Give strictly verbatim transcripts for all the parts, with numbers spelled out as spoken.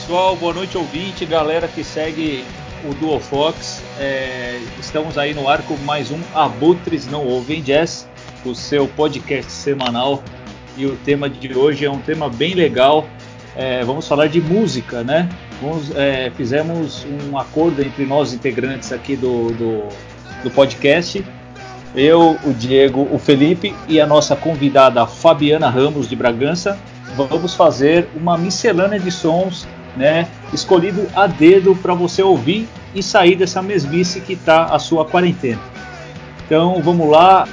pessoal, boa noite ouvinte, galera que segue o Duofox. É, estamos aí no ar com mais um Abutres Não Ouvem Jazz, o seu podcast semanal. E o tema de hoje é um tema bem legal. É, vamos falar de música, né? Vamos, é, fizemos um acordo entre nós integrantes aqui do, do, do podcast. Eu, o Diego, o Felipe e a nossa convidada Fabiana Ramos de Bragança. Vamos fazer uma miscelânea de sons, né, escolhido a dedo para você ouvir e sair dessa mesmice que está a sua quarentena. Então vamos lá.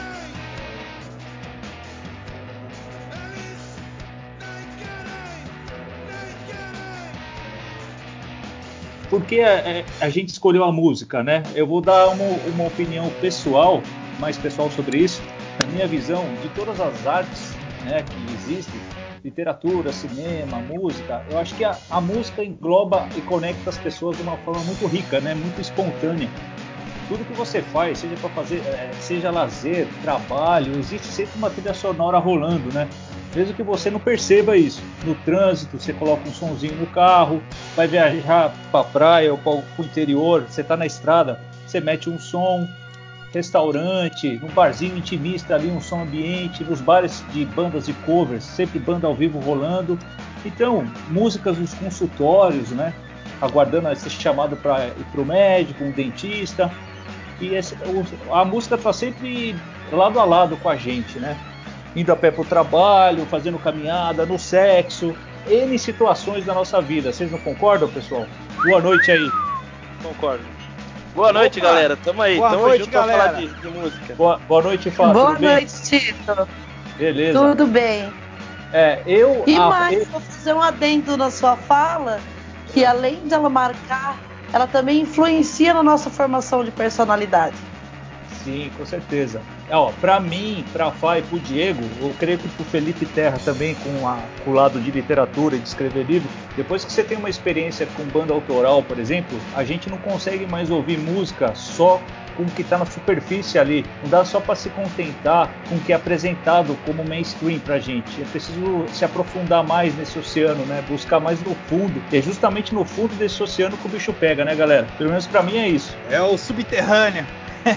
Por que a, a gente escolheu a música, né? Eu vou dar uma, uma opinião pessoal, mais pessoal sobre isso. Na minha visão, de todas as artes, né, que existem, literatura, cinema, música, eu acho que a, a música engloba e conecta as pessoas de uma forma muito rica, né, muito espontânea. Tudo que você faz, seja para fazer, é, seja lazer, trabalho, existe sempre uma trilha sonora rolando, né? Mesmo que você não perceba isso. No trânsito, você coloca um sonzinho no carro, vai viajar para a praia ou para o interior, você está na estrada, você mete um som. Restaurante, num barzinho intimista ali, um som ambiente, nos bares de bandas de covers, sempre banda ao vivo rolando. Então, músicas nos consultórios, né? Aguardando esse chamado para ir para o médico, um dentista. E esse, a música está sempre lado a lado com a gente, né? Indo a pé para o trabalho, fazendo caminhada, no sexo, N situações da nossa vida. Vocês não concordam, pessoal? Boa noite aí. Concordo. Boa Opa. noite, galera. Tamo aí. Boa Tamo noite, junto galera. pra falar de, de música. Boa, boa noite, Fá. Boa Tudo noite, bem? Tito. Beleza. Tudo bem. É, eu... E a, mais, eu... vou fazer um adendo na sua fala, que além de ela marcar, ela também influencia na nossa formação de personalidade. Sim, com certeza. É, ó, pra mim, pra Fá e pro Diego, eu creio que pro Felipe Terra também, com, a, com o lado de literatura e de escrever livro, depois que você tem uma experiência com banda autoral, por exemplo, a gente não consegue mais ouvir música só com o que está na superfície ali. Não dá só para se contentar com o que é apresentado como mainstream pra gente. É preciso se aprofundar mais nesse oceano, né? Buscar mais no fundo. E é justamente no fundo desse oceano que o bicho pega, né, galera? Pelo menos pra mim é isso. É o subterrâneo.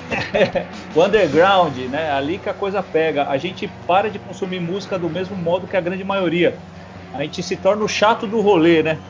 O underground, né? Ali que a coisa pega. A gente para de consumir música do mesmo modo que a grande maioria. A gente se torna o chato do rolê, né?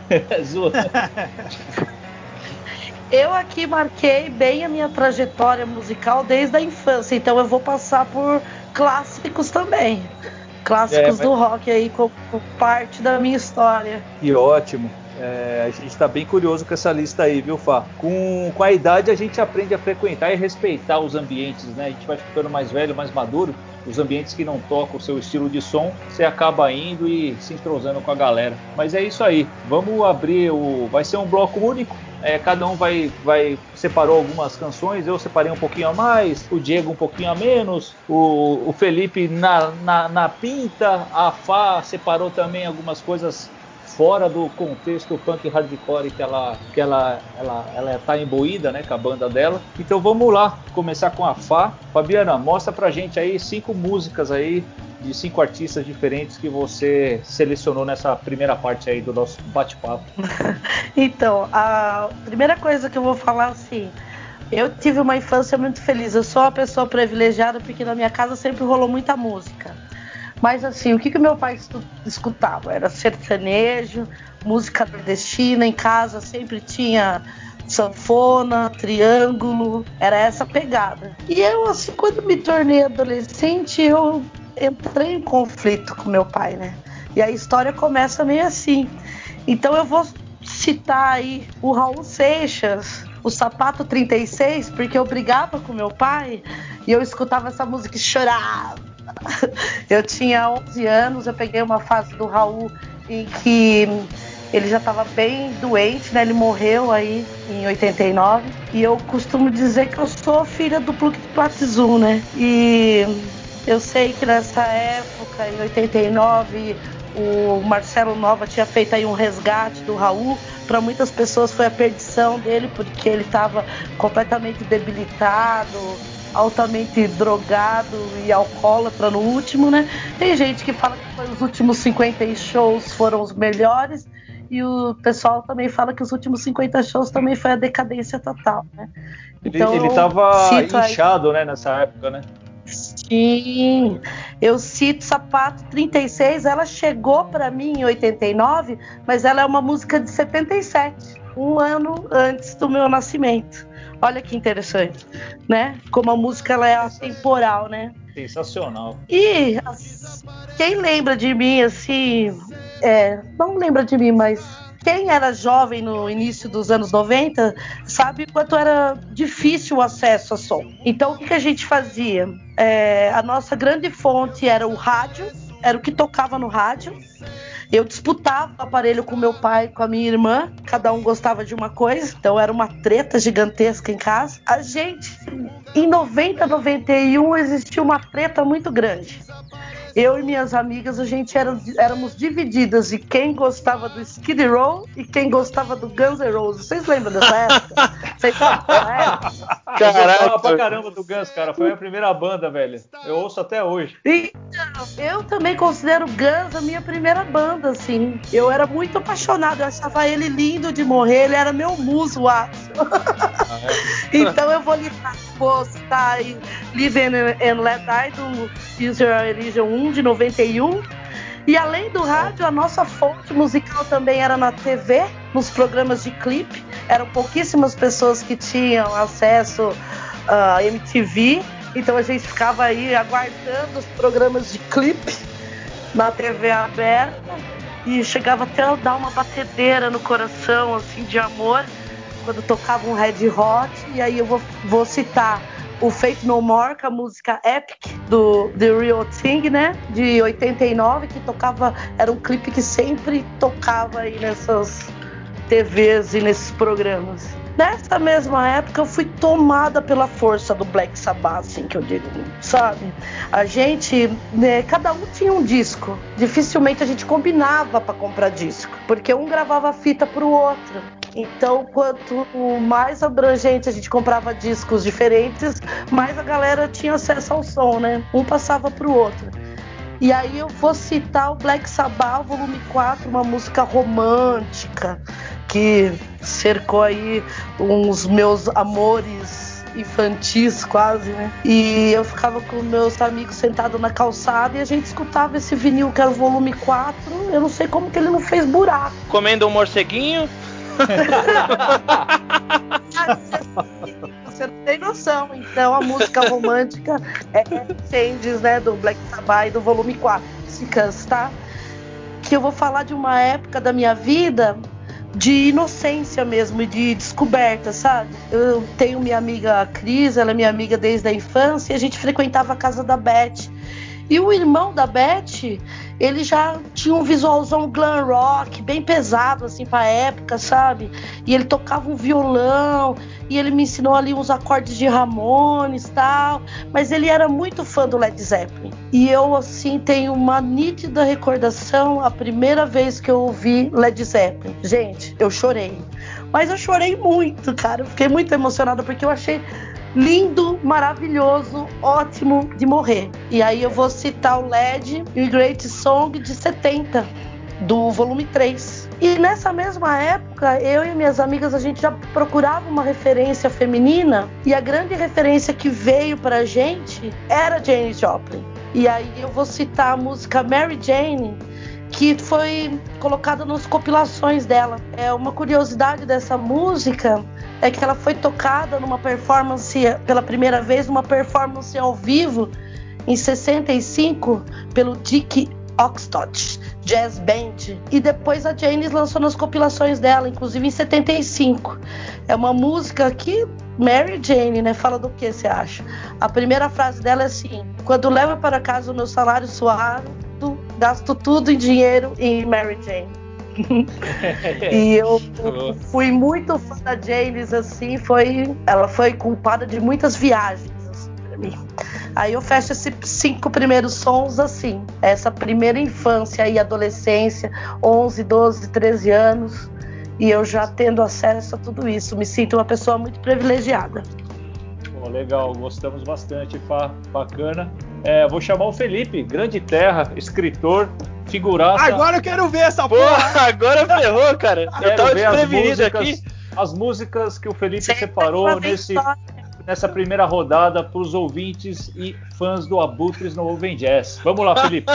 Eu aqui marquei bem a minha trajetória musical desde a infância, então eu vou passar por clássicos também. Clássicos é, mas... do rock aí, como parte da minha história. Que ótimo. É, a gente está bem curioso com essa lista aí, viu, Fá? Com, com a idade a gente aprende a frequentar e respeitar os ambientes, né? A gente vai ficando mais velho, mais maduro. Os ambientes que não tocam o seu estilo de som, você acaba indo e se entrosando com a galera. Mas é isso aí. Vamos abrir o... Vai ser um bloco único. É, cada um vai, vai separou algumas canções. Eu separei um pouquinho a mais, o Diego um pouquinho a menos, o, o Felipe na, na, na pinta, a Fá separou também algumas coisas fora do contexto punk hardcore que ela que ela ela ela tá imbuída, né, com a banda dela. Então vamos lá, começar com a Fá. Fabiana, mostra pra gente aí cinco músicas aí de cinco artistas diferentes que você selecionou nessa primeira parte aí do nosso bate-papo. Então, a primeira coisa que eu vou falar assim, eu tive uma infância muito feliz. Eu sou uma pessoa privilegiada porque na minha casa sempre rolou muita música. Mas assim, o que que meu pai escutava? Era sertanejo, música nordestina, em casa sempre tinha sanfona, triângulo, era essa pegada. E eu, assim, quando me tornei adolescente, eu entrei em conflito com meu pai, né? E a história começa meio assim. Então eu vou citar aí o Raul Seixas, o Sapato trinta e seis, porque eu brigava com meu pai e eu escutava essa música e chorava. Eu tinha onze anos, eu peguei uma fase do Raul em que ele já estava bem doente, né? Ele morreu aí em oitenta e nove. E eu costumo dizer que eu sou filha do Pluk de Platizum, né? E eu sei que nessa época, em oitenta e nove, o Marcelo Nova tinha feito aí um resgate do Raul. Para muitas pessoas foi a perdição dele, porque ele estava completamente debilitado, altamente drogado e alcoólatra no último, né? Tem gente que fala que foi os últimos cinquenta shows foram os melhores, e o pessoal também fala que os últimos cinquenta shows também foi a decadência total, né? Então, ele, ele tava inchado, aí, né, nessa época, né? Sim, eu cito Sapato trinta e seis, ela chegou para mim em oitenta e nove, mas ela é uma música de setenta e sete, um ano antes do meu nascimento. Olha que interessante, né? Como a música ela é atemporal, né? Sensacional. E quem lembra de mim, assim, é, não lembra de mim, mas quem era jovem no início dos anos noventa sabe o quanto era difícil o acesso a som. Então, o que, que a gente fazia? É, a nossa grande fonte era o rádio, era o que tocava no rádio. Eu disputava o aparelho com meu pai, com a minha irmã, cada um gostava de uma coisa, então era uma treta gigantesca em casa. A gente, em noventa, noventa e um, existia uma treta muito grande. Eu e minhas amigas, a gente era, éramos divididas de quem gostava do Skid Row e quem gostava do Guns N' Roses. Vocês lembram dessa época? Vocês lembram dessa época? Eu gostava pra caramba do Guns, cara. Foi a minha primeira banda, velho. Eu ouço até hoje. Então, eu também considero o Guns a minha primeira banda, assim. Eu era muito apaixonada, eu achava ele lindo de morrer, ele era meu muso, Watson. Ah, é? Então eu vou listar, vou citar aí Live and Let Die do Use Your Religion um de noventa e um. E além do rádio, a nossa fonte musical também era na T V, nos programas de clipe. Eram pouquíssimas pessoas que tinham acesso a M T V. Então a gente ficava aí aguardando os programas de clipe na T V aberta e chegava até a dar uma batedeira no coração, assim, de amor, quando tocava um Red Hot. E aí eu vou, vou citar o Faith No More, com a música Epic do The Real Thing, né, de oitenta e nove, que tocava, era um clipe que sempre tocava aí nessas T Vs e nesses programas. Nessa mesma época eu fui tomada pela força do Black Sabbath, assim que eu digo, sabe? A gente, né, cada um tinha um disco. Dificilmente a gente combinava para comprar disco, porque um gravava a fita pro outro. Então, quanto mais abrangente a gente comprava discos diferentes, mais a galera tinha acesso ao som, né? Um passava pro outro. E aí eu vou citar o Black Sabbath, volume quatro, uma música romântica que cercou aí uns meus amores infantis quase, né? E eu ficava com meus amigos sentados na calçada e a gente escutava esse vinil que era o volume quatro. Eu não sei como que ele não fez buraco. Comendo um morceguinho? Você não tem noção. Então a música romântica é Changes, né, do Black Sabbath e do volume quatro. Músicas, tá? Que eu vou falar de uma época da minha vida de inocência mesmo e de descoberta, sabe? Eu tenho minha amiga Cris, ela é minha amiga desde a infância, e a gente frequentava a casa da Beth. E o irmão da Beth, ele já tinha um visualzão glam rock, bem pesado, assim, pra época, sabe? E ele tocava um violão, e ele me ensinou ali uns acordes de Ramones e tal. Mas ele era muito fã do Led Zeppelin. E eu, assim, tenho uma nítida recordação, a primeira vez que eu ouvi Led Zeppelin. Gente, eu chorei. Mas eu chorei muito, cara. Eu fiquei muito emocionada, porque eu achei lindo, maravilhoso, ótimo de morrer. E aí eu vou citar o Led e o Great Song de setenta, do volume três. E nessa mesma época, eu e minhas amigas, a gente já procurava uma referência feminina, e a grande referência que veio pra gente era Janis Joplin. E aí eu vou citar a música Mary Jane, que foi colocada nas compilações dela. É uma curiosidade dessa música é que ela foi tocada numa performance, pela primeira vez, numa performance ao vivo em sessenta e cinco pelo Dick Oxtott Jazz Band, e depois a Janis lançou nas compilações dela, inclusive em setenta e cinco. É uma música que Mary Jane, né? Fala do que você acha? A primeira frase dela é assim: quando levo para casa o meu salário suado, gasto tudo em dinheiro em Mary Jane. E eu fui muito fã da Janis, assim, foi, ela foi culpada de muitas viagens, assim, pra mim. Aí eu fecho esses cinco primeiros sons assim, essa primeira infância e adolescência, onze, doze, treze anos, e eu já tendo acesso a tudo isso, me sinto uma pessoa muito privilegiada. Pô, legal, gostamos bastante, Fá, bacana. É, vou chamar o Felipe, Grande Terra, escritor, figuraça. Agora eu quero ver essa Porra, porra. agora ferrou, cara. Eu Quero tava ver as desprevenido músicas, aqui. as músicas que o Felipe Sempre separou uma vez nesse, só. nessa primeira rodada para os ouvintes e fãs do Abutres no Ouvem Jazz. Vamos lá, Felipe.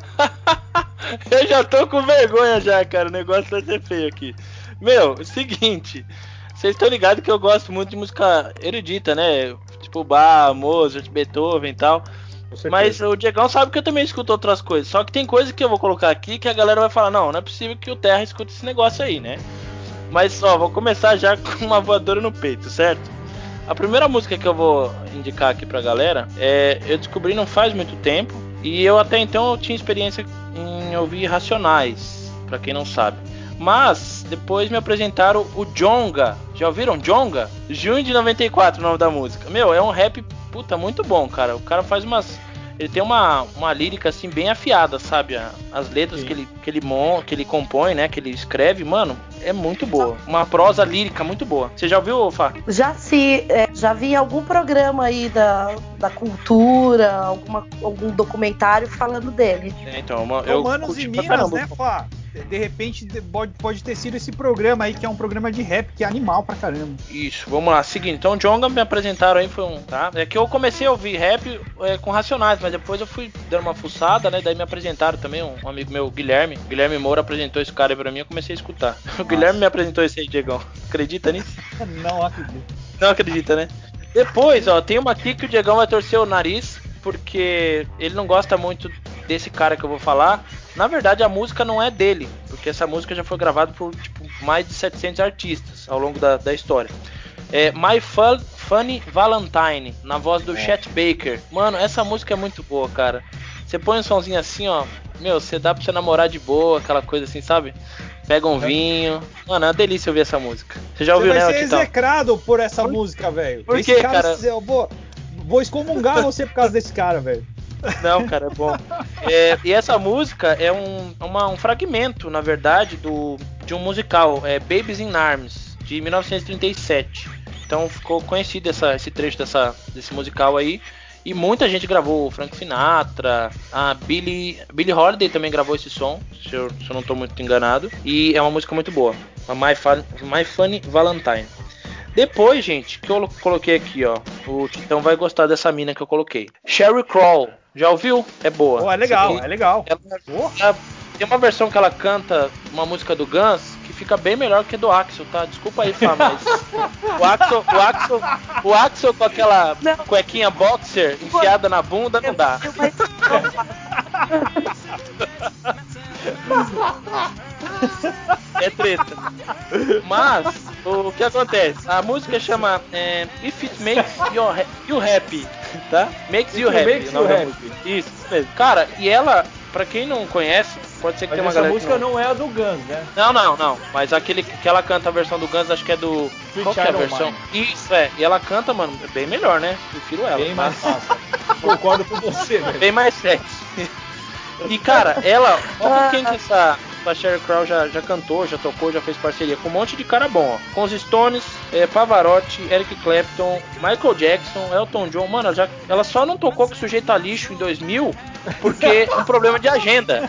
Eu já tô com vergonha já, cara. O negócio vai ser feio aqui. Meu, seguinte. Vocês estão ligados que eu gosto muito de música erudita, né? Tipo Bach, Mozart, Beethoven e tal. Mas o Diegão sabe que eu também escuto outras coisas. Só que tem coisa que eu vou colocar aqui que a galera vai falar: não, não é possível que o Terra escute esse negócio aí, né? Mas ó, vou começar já com uma voadora no peito, certo? A primeira música que eu vou indicar aqui pra galera é, eu descobri não faz muito tempo, e eu até então eu tinha experiência em ouvir Racionais, pra quem não sabe. Mas depois me apresentaram o Djonga. Já ouviram Djonga? Junho de noventa e quatro, o nome da música. Meu, é um rap, puta, muito bom, cara. O cara faz umas... Ele tem uma, uma lírica assim bem afiada, sabe? As letras que ele, que, ele mon, que ele compõe, né? Que ele escreve, mano, é muito boa. Uma prosa lírica muito boa. Você já ouviu, Fá? Já se, é, já vi algum programa aí da, da cultura, alguma, algum documentário falando dele. É, então, uma, eu Romanos curti e pra Minas, caramba. né, Fá? De repente pode, pode ter sido esse programa aí, que é um programa de rap, que é animal pra caramba. Isso, vamos lá, seguinte, então o Djonga me apresentaram aí, foi um, tá? É que eu comecei a ouvir rap é, com Racionais, mas depois eu fui dando uma fuçada, né? Daí me apresentaram também, um, um amigo meu, Guilherme, Guilherme Moura apresentou esse cara aí pra mim, eu comecei a escutar. O Guilherme me apresentou esse aí, Diegão. Acredita nisso? Não acredito. Não acredita, né? Depois, ó, tem uma aqui que o Diegão vai torcer o nariz, porque ele não gosta muito desse cara que eu vou falar. Na verdade, a música não é dele, porque essa música já foi gravada por tipo, mais de setecentos artistas ao longo da, da história. É My Fun, Funny Valentine, na voz do Chet Baker. Mano, essa música é muito boa, cara. Você põe um somzinho assim, ó. Meu, você dá pra você namorar de boa, aquela coisa assim, sabe? Pega um vinho. Mano, é uma delícia ouvir essa música. Você já ouviu, você né, vai ser Titão? execrado por essa Por... música, velho. Por Esse quê, cara, cara? Eu vou, vou excomungar você por causa desse cara, velho. Não, cara, é bom. É, e essa música é um, uma, um fragmento, na verdade, do, de um musical, é Babies in Arms, de mil novecentos e trinta e sete. Então ficou conhecido essa, esse trecho dessa, desse musical aí. E muita gente gravou, o Frank Sinatra, a Billie, Billie Holiday também gravou esse som, se eu, se eu não estou muito enganado. E é uma música muito boa, a My, Fun, My Funny Valentine. Depois, gente, que eu coloquei aqui, ó. O Titão vai gostar dessa mina que eu coloquei. Sheryl Crow. Já ouviu? É boa. Pô, é legal, é legal. Ela, ela, tem uma versão que ela canta uma música do Guns que fica bem melhor que a do Axl, tá? Desculpa aí, Fá, mas o Axl, o Axl, o Axl com aquela não. cuequinha boxer enfiada na bunda não dá. É treta. Mas, o que acontece? A música chama é, If It Makes You, you Happy, tá? Makes You Happy. Makes you happy. Isso, isso mesmo. Cara, e ela, pra quem não conhece, pode ser que tenha uma galera essa música não... não é a do Guns, né? Não, não, não. Mas aquele que ela canta a versão do Guns, acho que é do... Sweet Qual que é a versão? Mine. Isso, é. E ela canta, mano, bem melhor, né? Prefiro ela. Bem tá? mais fácil. Concordo com você, velho. Bem mais sexy. E, cara, ela... Olha com quem que essa... A Sheryl Crow já, já cantou, já tocou, já fez parceria com um monte de cara bom, ó. Com os Stones, é, Pavarotti, Eric Clapton, Michael Jackson, Elton John. Mano, ela, já, ela só não tocou com Sujeito a Lixo em dois mil porque um problema de agenda.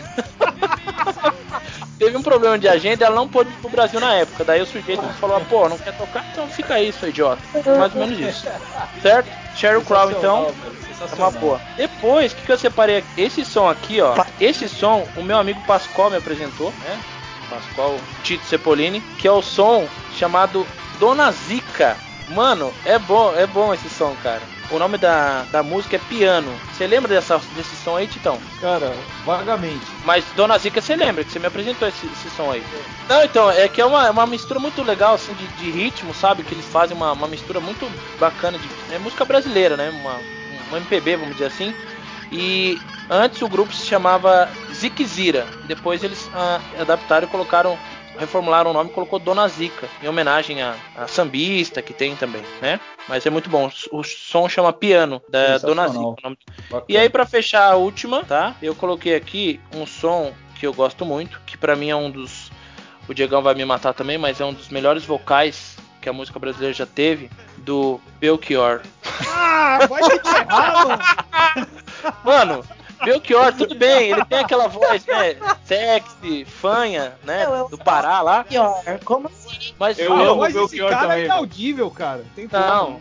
Teve um problema de agenda e ela não pôde ir pro Brasil na época. Daí o sujeito falou, pô, não quer tocar? Então fica aí, seu idiota. Mais ou menos isso. Certo? Sheryl Crow, então, é uma boa. Depois, o que, que eu separei aqui? Esse som aqui, ó. Esse som, o meu amigo Pascoal me apresentou, né? Pascoal Tito Cepolini, que é o som chamado Dona Zica. Mano, é bom, é bom esse som, cara. O nome da, da música é Piano. Você lembra dessa, desse som aí, Titão? Cara, vagamente. Mas Dona Zica você lembra, que você me apresentou esse, esse som aí. Não, então, é que é uma, uma mistura muito legal, assim, de, de ritmo, sabe? Que eles fazem uma, uma mistura muito bacana de... É música brasileira, né? Uma, um M P B, vamos dizer assim. E antes o grupo se chamava Ziquezira. Depois eles ah, adaptaram e colocaram... reformularam o nome e colocou Dona Zica, em homenagem a, a sambista que tem também, né? Mas é muito bom. O som chama Piano, da Dona Zica. E aí, pra fechar a última, tá? Eu coloquei aqui um som que eu gosto muito, que pra mim é um dos... O Diegão vai me matar também, mas é um dos melhores vocais que a música brasileira já teve, do Belchior. Ah, vai te ferrar, mano! Mano, Belchior, tudo bem, ele tem aquela voz, né, sexy, fanha, né, Eu- eu- do Pará lá, Pior, como assim? mas Eu Ah, amo a voz o desse Belchior cara também, é inaudível, cara. Tem como. não,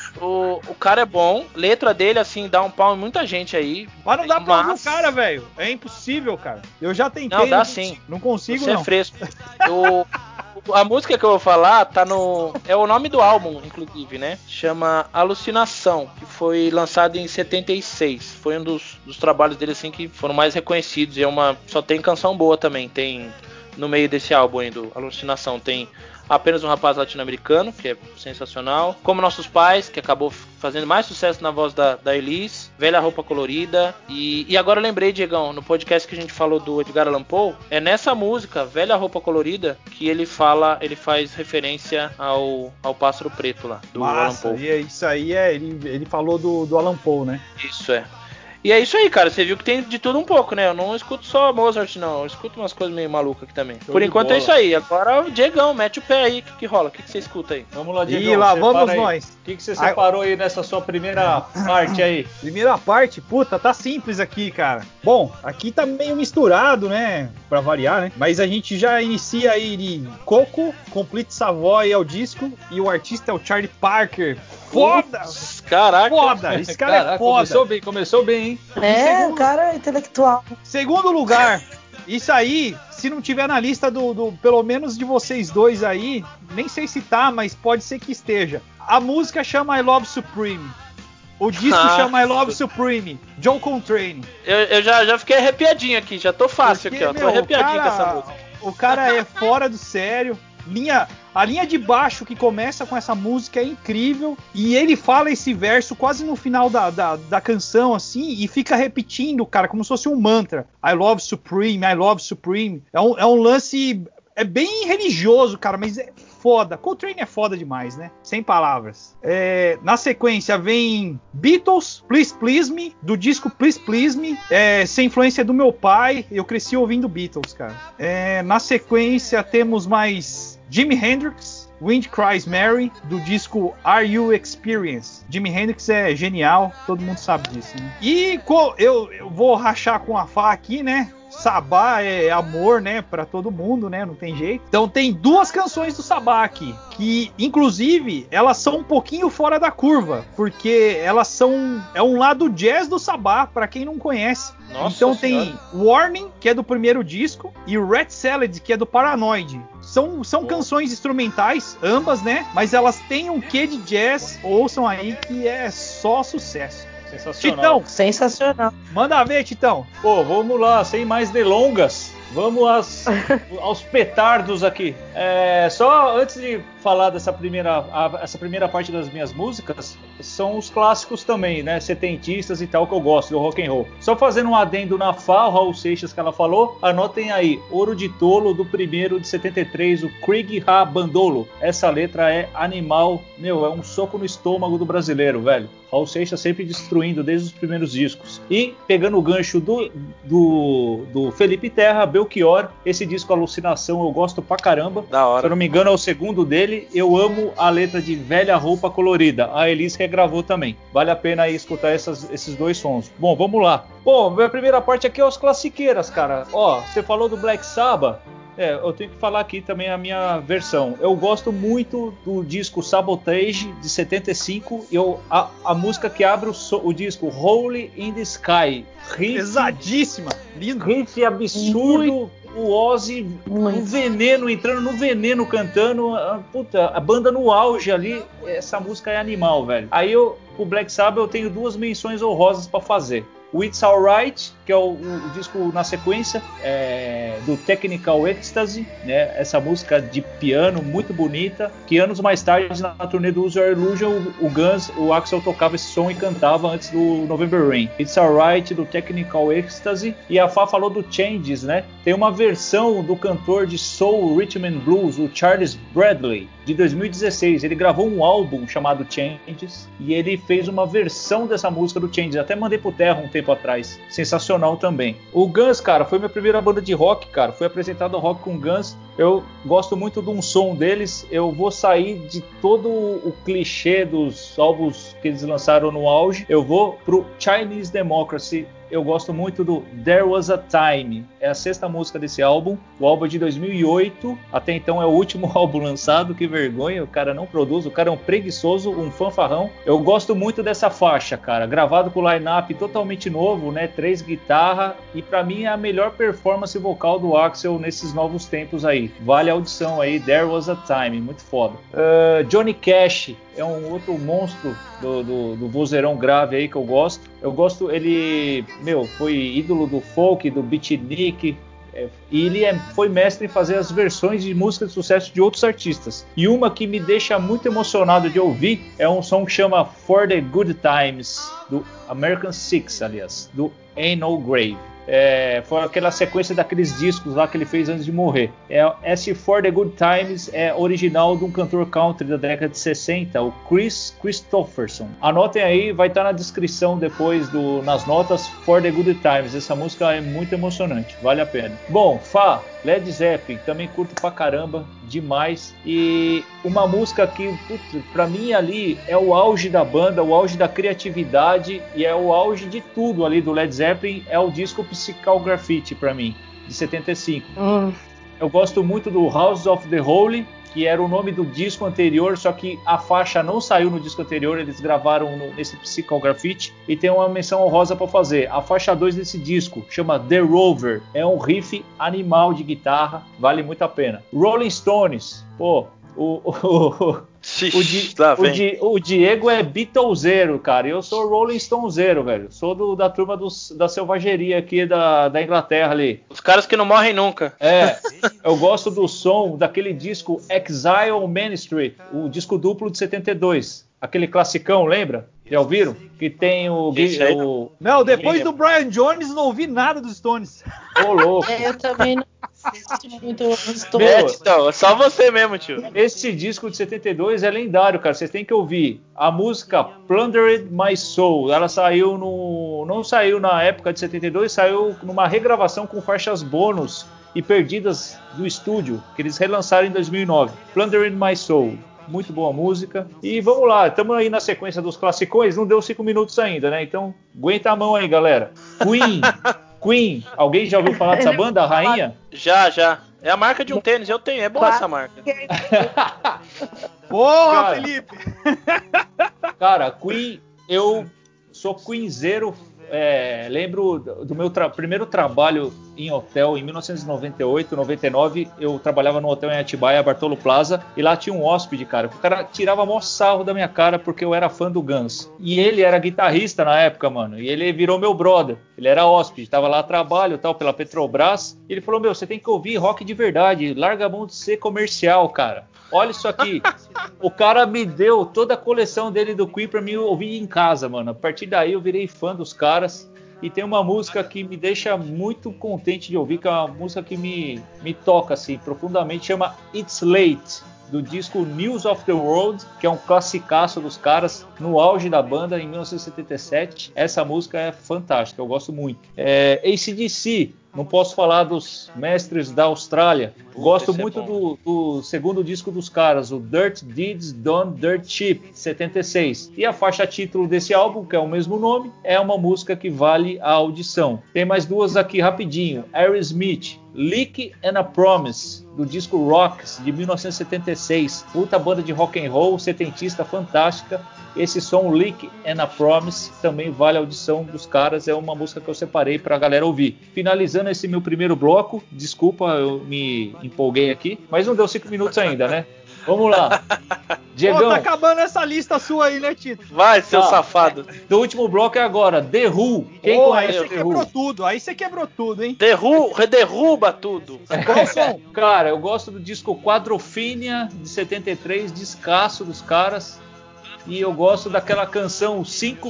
o, o cara é bom, letra dele, assim, dá um pau em muita gente aí, Mas não dá pra ouvir o mas- cara, velho. É impossível, cara. Eu já tentei. Não, dá consigo- sim. Não consigo, você não. é fresco. O, a música que eu vou falar tá no. É o nome do álbum, inclusive, né? Chama Alucinação, que foi lançado em setenta e seis. Foi um dos, dos trabalhos dele assim que foram mais reconhecidos. E é uma. Só tem canção boa também. Tem. No meio desse álbum aí do Alucinação tem Apenas um Rapaz Latino-Americano, que é sensacional. Como Nossos Pais, que acabou fazendo mais sucesso na voz da, da Elis. Velha Roupa Colorida. E, e agora eu lembrei, Diegão, no podcast que a gente falou do Edgar Allan Poe, é nessa música, Velha Roupa Colorida, que ele fala, ele faz referência ao, ao Pássaro Preto lá, do Allan Massa, Poe. e é- isso aí é. Ele, ele falou do, do Allan Poe, né? Isso é. E é isso aí, cara. Você viu que tem de tudo um pouco, né? Eu não escuto só Mozart, não. Eu escuto umas coisas meio malucas aqui também. Show Por de enquanto bola. é isso aí. Agora o Diegão, mete o pé aí. O que, que rola? O que, que você escuta aí? Vamos lá, E Diego. lá separa vamos aí. nós. O que, que você separou aí nessa sua primeira parte aí? Primeira parte, puta, tá simples aqui, cara. Bom, aqui tá meio misturado, né? Pra variar, né? Mas a gente já inicia aí de Coco, Complete Savoy é o disco e o artista é o Charlie Parker. Foda! Putz, caraca. Foda! Esse cara Caraca, é foda. começou bem, começou bem, hein? É, segundo- o cara é intelectual. Segundo lugar, isso aí, se não tiver na lista do, do, pelo menos de vocês dois aí, nem sei se tá, mas pode ser que esteja. A música chama I Love Supreme. O disco Ah. chama I Love Supreme. John Coltrane. Eu, eu já, já fiquei arrepiadinho aqui. Já tô fácil Porque, aqui, ó. Tô meu, arrepiadinho o com cara- essa música. O cara é fora do sério. Linha, a linha de baixo que começa com essa música é incrível. E ele fala esse verso quase no final da, da, da canção, assim, e fica repetindo, cara, como se fosse um mantra. I love Supreme, I love Supreme. É um, é um lance. É bem religioso, cara, mas é foda. Coltrane é foda demais, né? Sem palavras. É, na sequência vem Beatles, Please Please Me, do disco Please Please Me, é, sem influência do meu pai. Eu cresci ouvindo Beatles, cara. É, na sequência temos mais Jimi Hendrix, Wind Cries Mary, do disco Are You Experience? Jimi Hendrix é genial, todo mundo sabe disso, né? E co- eu, eu vou rachar com a Fá aqui, né? Sabá é amor, né, pra todo mundo, né, não tem jeito. Então tem duas canções do Sabá aqui, que inclusive elas são um pouquinho fora da curva, porque elas são é um lado jazz do Sabá, pra quem não conhece. Nossa Então Senhora. tem Warning, que é do primeiro disco, e o Red Salad, que é do Paranoid. São, são Oh. canções instrumentais, ambas, né, mas elas têm um quê de jazz, ouçam aí que é só sucesso. Sensacional. Titão, Sensacional. manda ver, Titão. Pô, vamos lá, sem mais delongas. Vamos às, aos petardos aqui. É, só antes de falar dessa primeira, a, essa primeira parte das minhas músicas, são os clássicos também, né? Setentistas e tal, que eu gosto do rock and roll. Só fazendo um adendo na Fá, o Raul Seixas que ela falou, anotem aí, Ouro de Tolo, do primeiro de setenta e três, o Craig Ha Bandolo. Essa letra é animal, meu, é um soco no estômago do brasileiro, velho. Raul Seixas sempre destruindo desde os primeiros discos. E pegando o gancho do, do, do Felipe Terra, Belchior, esse disco Alucinação eu gosto pra caramba. Da Se eu hora. não me engano é o segundo dele. Eu amo a letra de Velha Roupa Colorida. A Elis regravou também. Vale a pena aí escutar essas, esses dois sons. Bom, vamos lá. Bom, minha primeira parte aqui é os classiqueiras, cara. Ó, você falou do Black Sabbath. É, eu tenho que falar aqui também a minha versão. Eu gosto muito do disco Sabotage, de setenta e cinco. Eu, a, a música que abre o, so, o disco, Holy in the Sky. Riff, Pesadíssima, lindo. riff absurdo. O Ozzy Muito. no veneno, entrando no veneno, cantando. a- Puta, a banda no auge ali. Essa música é animal, velho. Aí eu, o Black Sabbath, eu tenho duas menções honrosas pra fazer. O It's Alright, que é o, o, o disco na sequência é, do Technical Ecstasy, né? Essa música de piano muito bonita, que anos mais tarde na turnê do Use Your Illusion o, o Guns, o Axl tocava esse som e cantava antes do November Rain. It's Alright do Technical Ecstasy, e a Fá falou do Changes, né? Tem uma versão do cantor de soul, rhythm and blues, o Charles Bradley, de dois mil e dezesseis. Ele gravou um álbum chamado Changes e ele fez uma versão dessa música do Changes. Até mandei pro Terra um tempo atrás. Sensacional também. O Guns, cara, foi minha primeira banda de rock, cara. Fui apresentado ao rock com Guns. Eu gosto muito de um som deles. Eu vou sair de todo o clichê dos álbuns que eles lançaram no auge. Eu vou pro Chinese Democracy eu gosto muito do There Was a Time. É a sexta música desse álbum. O álbum é de dois mil e oito. Até então é o último álbum lançado. Que vergonha, o cara não produz. O cara é um preguiçoso, um fanfarrão. Eu gosto muito dessa faixa, cara. Gravado com o line-up totalmente novo, né? Três guitarras. E pra mim é a melhor performance vocal do Axl nesses novos tempos aí. Vale a audição aí. There Was a Time. Muito foda. Uh, Johnny Cash é um outro monstro do, do, do vozeirão grave aí que eu gosto. Eu gosto, ele, meu, foi ídolo do folk, do beatnik, é, e ele é, foi mestre em fazer as versões de música de sucesso de outros artistas. E uma que me deixa muito emocionado de ouvir é um som que chama For the Good Times, do American Six, aliás, do Ain't No Grave. É, foi aquela sequência daqueles discos lá que ele fez antes de morrer. É, esse For the Good Times é original de um cantor country da década de sessenta, o Chris Christopherson. Anotem aí, vai estar na descrição depois, do, nas notas, For the Good Times. Essa música é muito emocionante, vale a pena. Bom, Fá, Led Zeppelin, também curto pra caramba, demais. E uma música que, putz, pra mim ali é o auge da banda, o auge da criatividade e é o auge de tudo ali do Led Zeppelin, é o disco Psychal Graffiti pra mim, de setenta e cinco. Hum. Eu gosto muito do House of the Holy, que era o nome do disco anterior, só que a faixa não saiu no disco anterior, eles gravaram no, nesse Psychal Graffiti, e tem uma menção honrosa para fazer. A faixa dois desse disco chama The Rover, é um riff animal de guitarra, vale muito a pena. Rolling Stones, pô, o, o, o, Xiii, o, Di, lá o, Di, o Diego é Beatleseiro, cara, eu sou Rolling Stonezeiro, velho, sou do, da turma dos, da selvageria aqui da, da Inglaterra ali. Os caras que não morrem nunca. É, eu gosto do som daquele disco Exile on Main Street, o disco duplo de setenta e dois, aquele classicão, lembra? Já ouviram? Que tem o... o... Não, depois do Brian Jones não ouvi nada dos Stones. Ô, louco. É, eu também não assisto muito os Stones. É, então, é só você mesmo, tio. Esse disco de setenta e dois é lendário, cara. Vocês têm que ouvir. A música Plundered My Soul, ela saiu no... Não saiu na época de setenta e dois, saiu numa regravação com faixas bônus e perdidas do estúdio, que eles relançaram em dois mil e nove. Plundered My Soul. Muito boa música. E vamos lá, estamos aí na sequência dos classicões. Não deu cinco minutos ainda, né? Então, aguenta a mão aí, galera. Queen. Queen. Alguém já ouviu falar dessa banda, a Rainha? Já, já. É a marca de um tênis, eu tenho. É boa essa marca. Porra, cara, Felipe! Cara, Queen, eu sou Queenzeiro. É, lembro do meu tra- primeiro trabalho em hotel em mil novecentos e noventa e oito, noventa e nove. Eu trabalhava no hotel em Atibaia, Bartolo Plaza, e lá tinha um hóspede, cara. O cara tirava mó sarro da minha cara porque eu era fã do Guns. E ele era guitarrista na época, mano. E ele virou meu brother. Ele era hóspede, tava lá a trabalho, tal, pela Petrobras. E ele falou: meu, você tem que ouvir rock de verdade. Larga a mão de ser comercial, cara. Olha isso aqui. O cara me deu toda a coleção dele do Queen pra mim ouvir em casa, mano. A partir daí eu virei fã dos caras. E tem uma música que me deixa muito contente de ouvir, que é uma música que me, me toca assim profundamente, chama It's Late, do disco News of the World, que é um classicaço dos caras, no auge da banda, em mil novecentos e setenta e sete. Essa música é fantástica, eu gosto muito. É, A C D C, não posso falar dos mestres da Austrália. Gosto muito é do, do segundo disco dos caras, o Dirt Deeds Done Dirt Cheap, setenta e seis. E a faixa título desse álbum, que é o mesmo nome, é uma música que vale a audição. Tem mais duas aqui rapidinho. Aerosmith, Leak and a Promise, do disco Rocks, de mil novecentos e setenta e seis. Puta banda de rock and roll, setentista, fantástica. Esse som, Leak and a Promise, também vale a audição dos caras. É uma música que eu separei pra galera ouvir. Finalizando esse meu primeiro bloco, desculpa, eu me empolguei aqui, mas não deu cinco minutos ainda, né? Vamos lá. Diegão. Pô, tá acabando essa lista sua aí, né, Tito? Vai, seu ah, safado. Do último bloco é agora, The Who. Quem Pô, conhece aí você The quebrou Who? tudo, aí você quebrou tudo, hein? The Who derruba tudo. Qual o som? Cara, eu gosto do disco Quadrophenia, de setenta e três, descasso dos caras. E eu gosto daquela canção cinco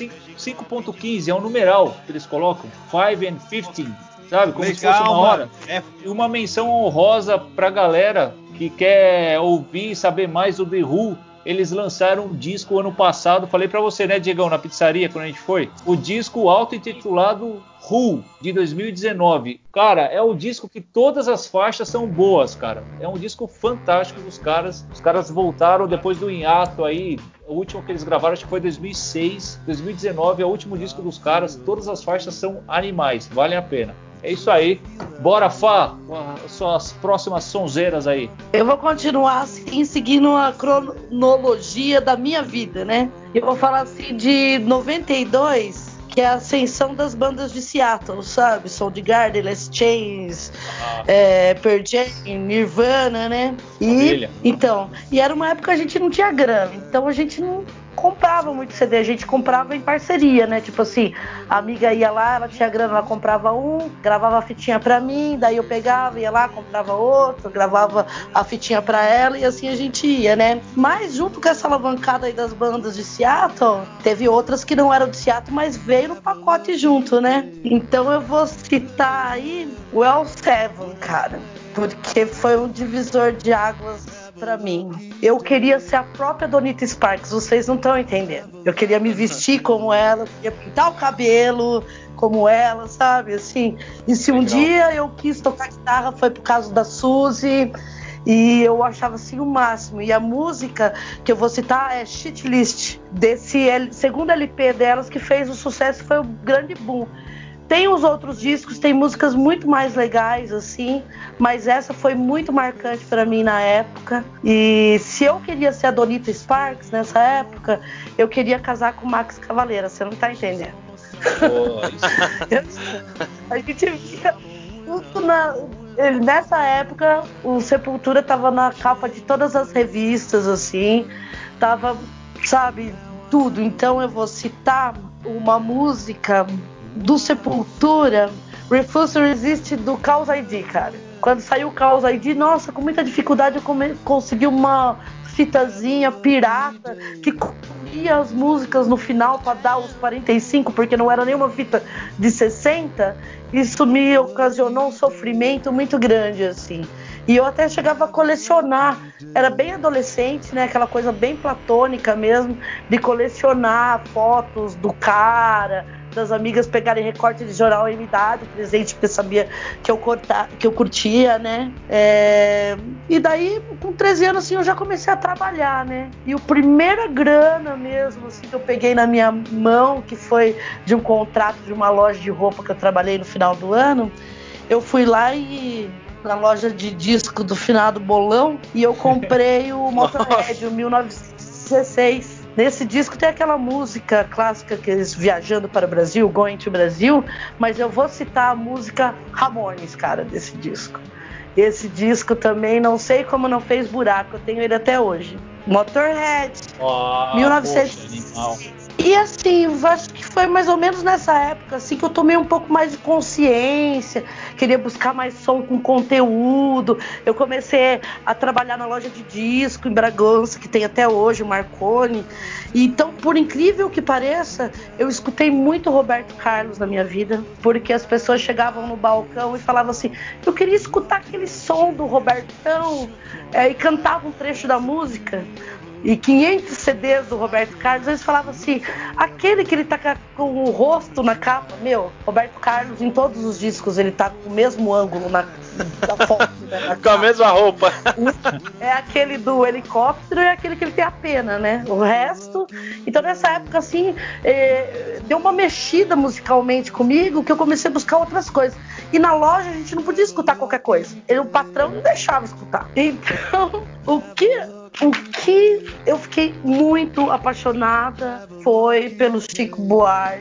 ponto quinze, é um numeral que eles colocam, five and fifteen, sabe? Como Legal, se fosse uma hora. mano. É. E uma menção honrosa pra galera que quer ouvir e saber mais do The Who. Eles lançaram um disco ano passado, falei pra você, né, Diegão, na pizzaria, quando a gente foi? O disco auto-intitulado Who, de dois mil e dezenove. Cara, é o disco que todas as faixas são boas, cara. É um disco fantástico dos caras. Os caras voltaram depois do hiato aí, o último que eles gravaram acho que foi dois mil e seis, dois mil e dezenove, é o último disco dos caras. Todas as faixas são animais, valem a pena. É isso aí. Bora, Fá, com as suas próximas sonzeiras aí. Eu vou continuar assim, seguindo a cronologia da minha vida, né? Eu vou falar assim de noventa e dois, que é a ascensão das bandas de Seattle, sabe? Soundgarden, Les Chains, ah. é, Pearl Jam, Nirvana, né? E Família. então, e era uma época que a gente não tinha grana, então a gente não comprava muito C D, a gente comprava em parceria, né? Tipo assim, a amiga ia lá, ela tinha grana, ela comprava um, gravava a fitinha pra mim, daí eu pegava, ia lá, comprava outro, gravava a fitinha pra ela e assim a gente ia, né? Mas junto com essa alavancada aí das bandas de Seattle, teve outras que não eram de Seattle, mas veio no pacote junto, né? Então eu vou citar aí o El Seven, cara, porque foi um divisor de águas pra mim. Eu queria ser a própria Donita Sparks, vocês não estão entendendo. Eu queria me vestir como ela, eu queria pintar o cabelo como ela, sabe? Assim, e se um Legal. dia eu quis tocar guitarra foi por causa da Suzy, e eu achava assim o máximo. E a música que eu vou citar é Shit List, desse segundo L P delas que fez o sucesso, foi o grande boom. Tem os outros discos, tem músicas muito mais legais, assim, mas essa foi muito marcante pra mim na época. E se eu queria ser a Donita Sparks nessa época, eu queria casar com o Max Cavaleira, você não tá entendendo? Oh, isso. A gente via tudo na... Nessa época, o Sepultura tava na capa de todas as revistas, assim, tava, sabe, tudo. Então eu vou citar uma música do Sepultura, Refuse to Resist, do Chaos I D, cara. Quando saiu o Chaos I D, nossa, com muita dificuldade eu come... consegui uma fitazinha pirata que comia as músicas no final para dar os quarenta e cinco, porque não era nenhuma fita de sessenta. Isso me ocasionou um sofrimento muito grande, assim. E eu até chegava a colecionar, era bem adolescente, né? Aquela coisa bem platônica mesmo, de colecionar fotos do cara, das amigas pegarem recorte de jornal e me dar de presente, porque sabia que eu, corta, que eu curtia, né? É... E daí, com treze anos, assim, eu já comecei a trabalhar, né? E a primeira grana mesmo, assim, que eu peguei na minha mão, que foi de um contrato de uma loja de roupa que eu trabalhei no final do ano, eu fui lá e... na loja de disco do finado Bolão, e eu comprei o Motorhead, o mil novecentos e dezesseis. Nesse disco tem aquela música clássica que eles viajando para o Brasil, Going to Brasil, mas eu vou citar a música Ramones, cara, desse disco. Esse disco também, não sei como não fez buraco, eu tenho ele até hoje. Motorhead, oh, mil novecentos e dezesseis. E assim, acho que foi mais ou menos nessa época assim, que eu tomei um pouco mais de consciência, queria buscar mais som com conteúdo. Eu comecei a trabalhar na loja de disco em Bragança, que tem até hoje, o Marconi. Então, por incrível que pareça, eu escutei muito Roberto Carlos na minha vida, porque as pessoas chegavam no balcão e falavam assim, eu queria escutar aquele som do Robertão, é, e cantavam um trecho da música. E quinhentos C Ds do Roberto Carlos, eles falavam assim, aquele que ele tá com o rosto na capa, meu, Roberto Carlos em todos os discos ele tá com o mesmo ângulo na, na foto, né, na com capa. A mesma roupa. É aquele do helicóptero e é aquele que ele tem a pena, né? O resto. Então nessa época assim, é, deu uma mexida musicalmente comigo, que eu comecei a buscar outras coisas. E na loja a gente não podia escutar qualquer coisa. Ele, o patrão não deixava escutar. Então, o que O que eu fiquei muito apaixonada foi pelo Chico Buarque.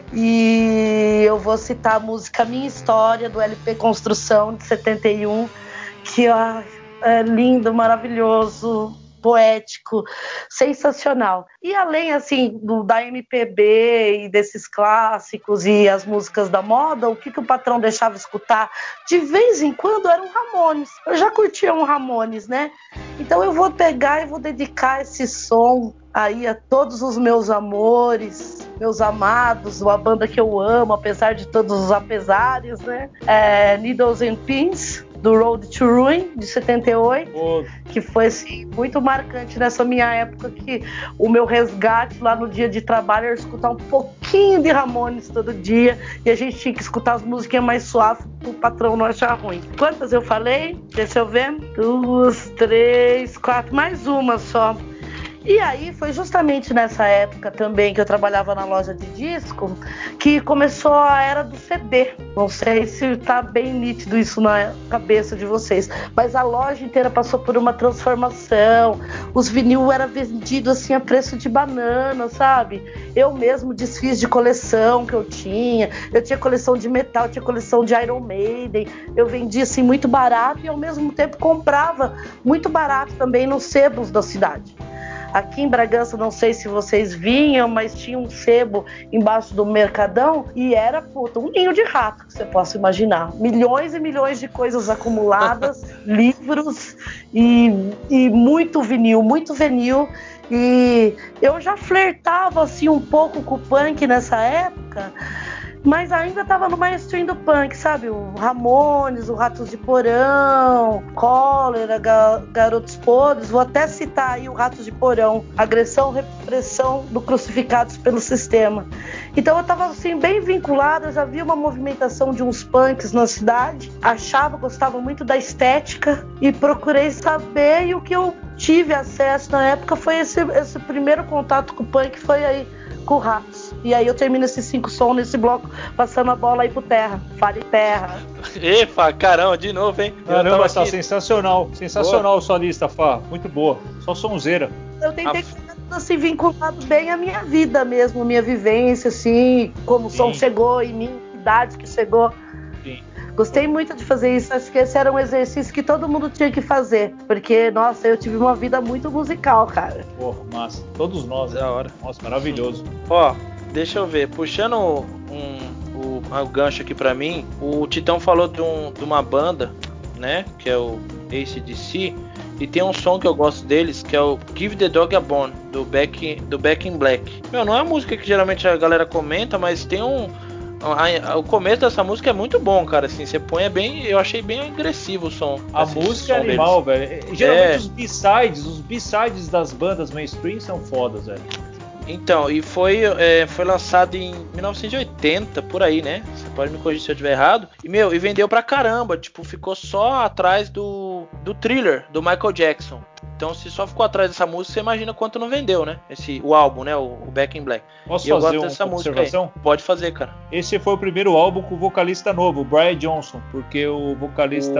E eu vou citar a música Minha História, do L P Construção, de setenta e um, que ai, é lindo, maravilhoso, poético, sensacional. E além assim do, da M P B e desses clássicos e as músicas da moda, o que, que o patrão deixava escutar de vez em quando era um Ramones. Eu já curtia um Ramones, né? Então eu vou pegar e vou dedicar esse som aí a todos os meus amores, meus amados, uma banda que eu amo, apesar de todos os apesares, né? É Needles and Pins, do Road to Ruin, de setenta e oito, oh. que foi assim, muito marcante nessa minha época, que o meu resgate lá no dia de trabalho era escutar um pouquinho de Ramones todo dia, e a gente tinha que escutar as musiquinhas mais suaves para o patrão não achar ruim. Quantas eu falei? Deixa eu ver. Duas, três, quatro, mais uma só. E aí foi justamente nessa época também que eu trabalhava na loja de disco que começou a era do C D. Não sei se tá bem nítido isso na cabeça de vocês, mas a loja inteira passou por uma transformação. Os vinil era vendido assim a preço de banana, sabe? Eu mesmo desfiz de coleção que eu tinha. Eu tinha coleção de metal, eu tinha coleção de Iron Maiden. Eu vendia assim muito barato e ao mesmo tempo comprava muito barato também nos sebos da cidade. Aqui em Bragança, não sei se vocês vinham, mas tinha um sebo embaixo do Mercadão e era, puta, um ninho de rato, que você possa imaginar. Milhões e milhões de coisas acumuladas, livros e, e muito vinil, muito vinil. E eu já flertava assim um pouco com o punk nessa época, mas ainda tava no mainstream do punk, sabe? O Ramones, o Ratos de Porão, Cólera, Ga- Garotos Podres. Vou até citar aí o Ratos de Porão, Agressão, Repressão do Crucificados pelo Sistema. Então eu tava assim bem vinculada, já vi uma movimentação de uns punks na cidade, achava, gostava muito da estética e procurei saber, e o que eu tive acesso na época foi esse, esse primeiro contato com o punk, foi aí com o Ratos. E aí eu termino esses cinco sons nesse bloco, passando a bola aí pro Terra. Fale Terra. Epa, caramba, de novo, hein? Caramba, eu tá aqui... sensacional. Sensacional sua lista, Fá. Muito boa. Só sonzeira. Eu tentei A... assim, vinculado bem à minha vida mesmo, minha vivência, assim, como o som chegou em mim, idade que chegou. Sim. Gostei muito de fazer isso, acho que esse era um exercício que todo mundo tinha que fazer, porque, nossa, eu tive uma vida muito musical, cara. Pô, massa. Todos nós, Da hora. Nossa, maravilhoso. Ó, deixa eu ver, puxando um, o, o gancho aqui pra mim, o Titão falou de, um, de uma banda, né, que é o A C D C, e tem um som que eu gosto deles, que é o Give the Dog a Bone, do Back, do Back in Black. Meu, não é uma música que geralmente a galera comenta, mas tem um... A, a, o começo dessa música é muito bom, cara. Assim, você põe é bem. Eu achei bem agressivo o som. A assim, música é som animal, deles. velho. Geralmente É. os B-sides, os B-sides das bandas mainstream são fodas, velho. Então, e foi, é, foi lançado em mil novecentos e oitenta, por aí, né? Você pode me corrigir se eu estiver errado. E, meu, e vendeu pra caramba. Tipo, ficou só atrás do, do Thriller, do Michael Jackson. Então, se só ficou atrás dessa música, você imagina quanto não vendeu, né? Esse, o álbum, né? O, o Back in Black. Posso e eu fazer gosto uma dessa música observação? aí. Pode fazer, cara. Esse foi o primeiro álbum com o vocalista novo, o Brian Johnson, porque o vocalista,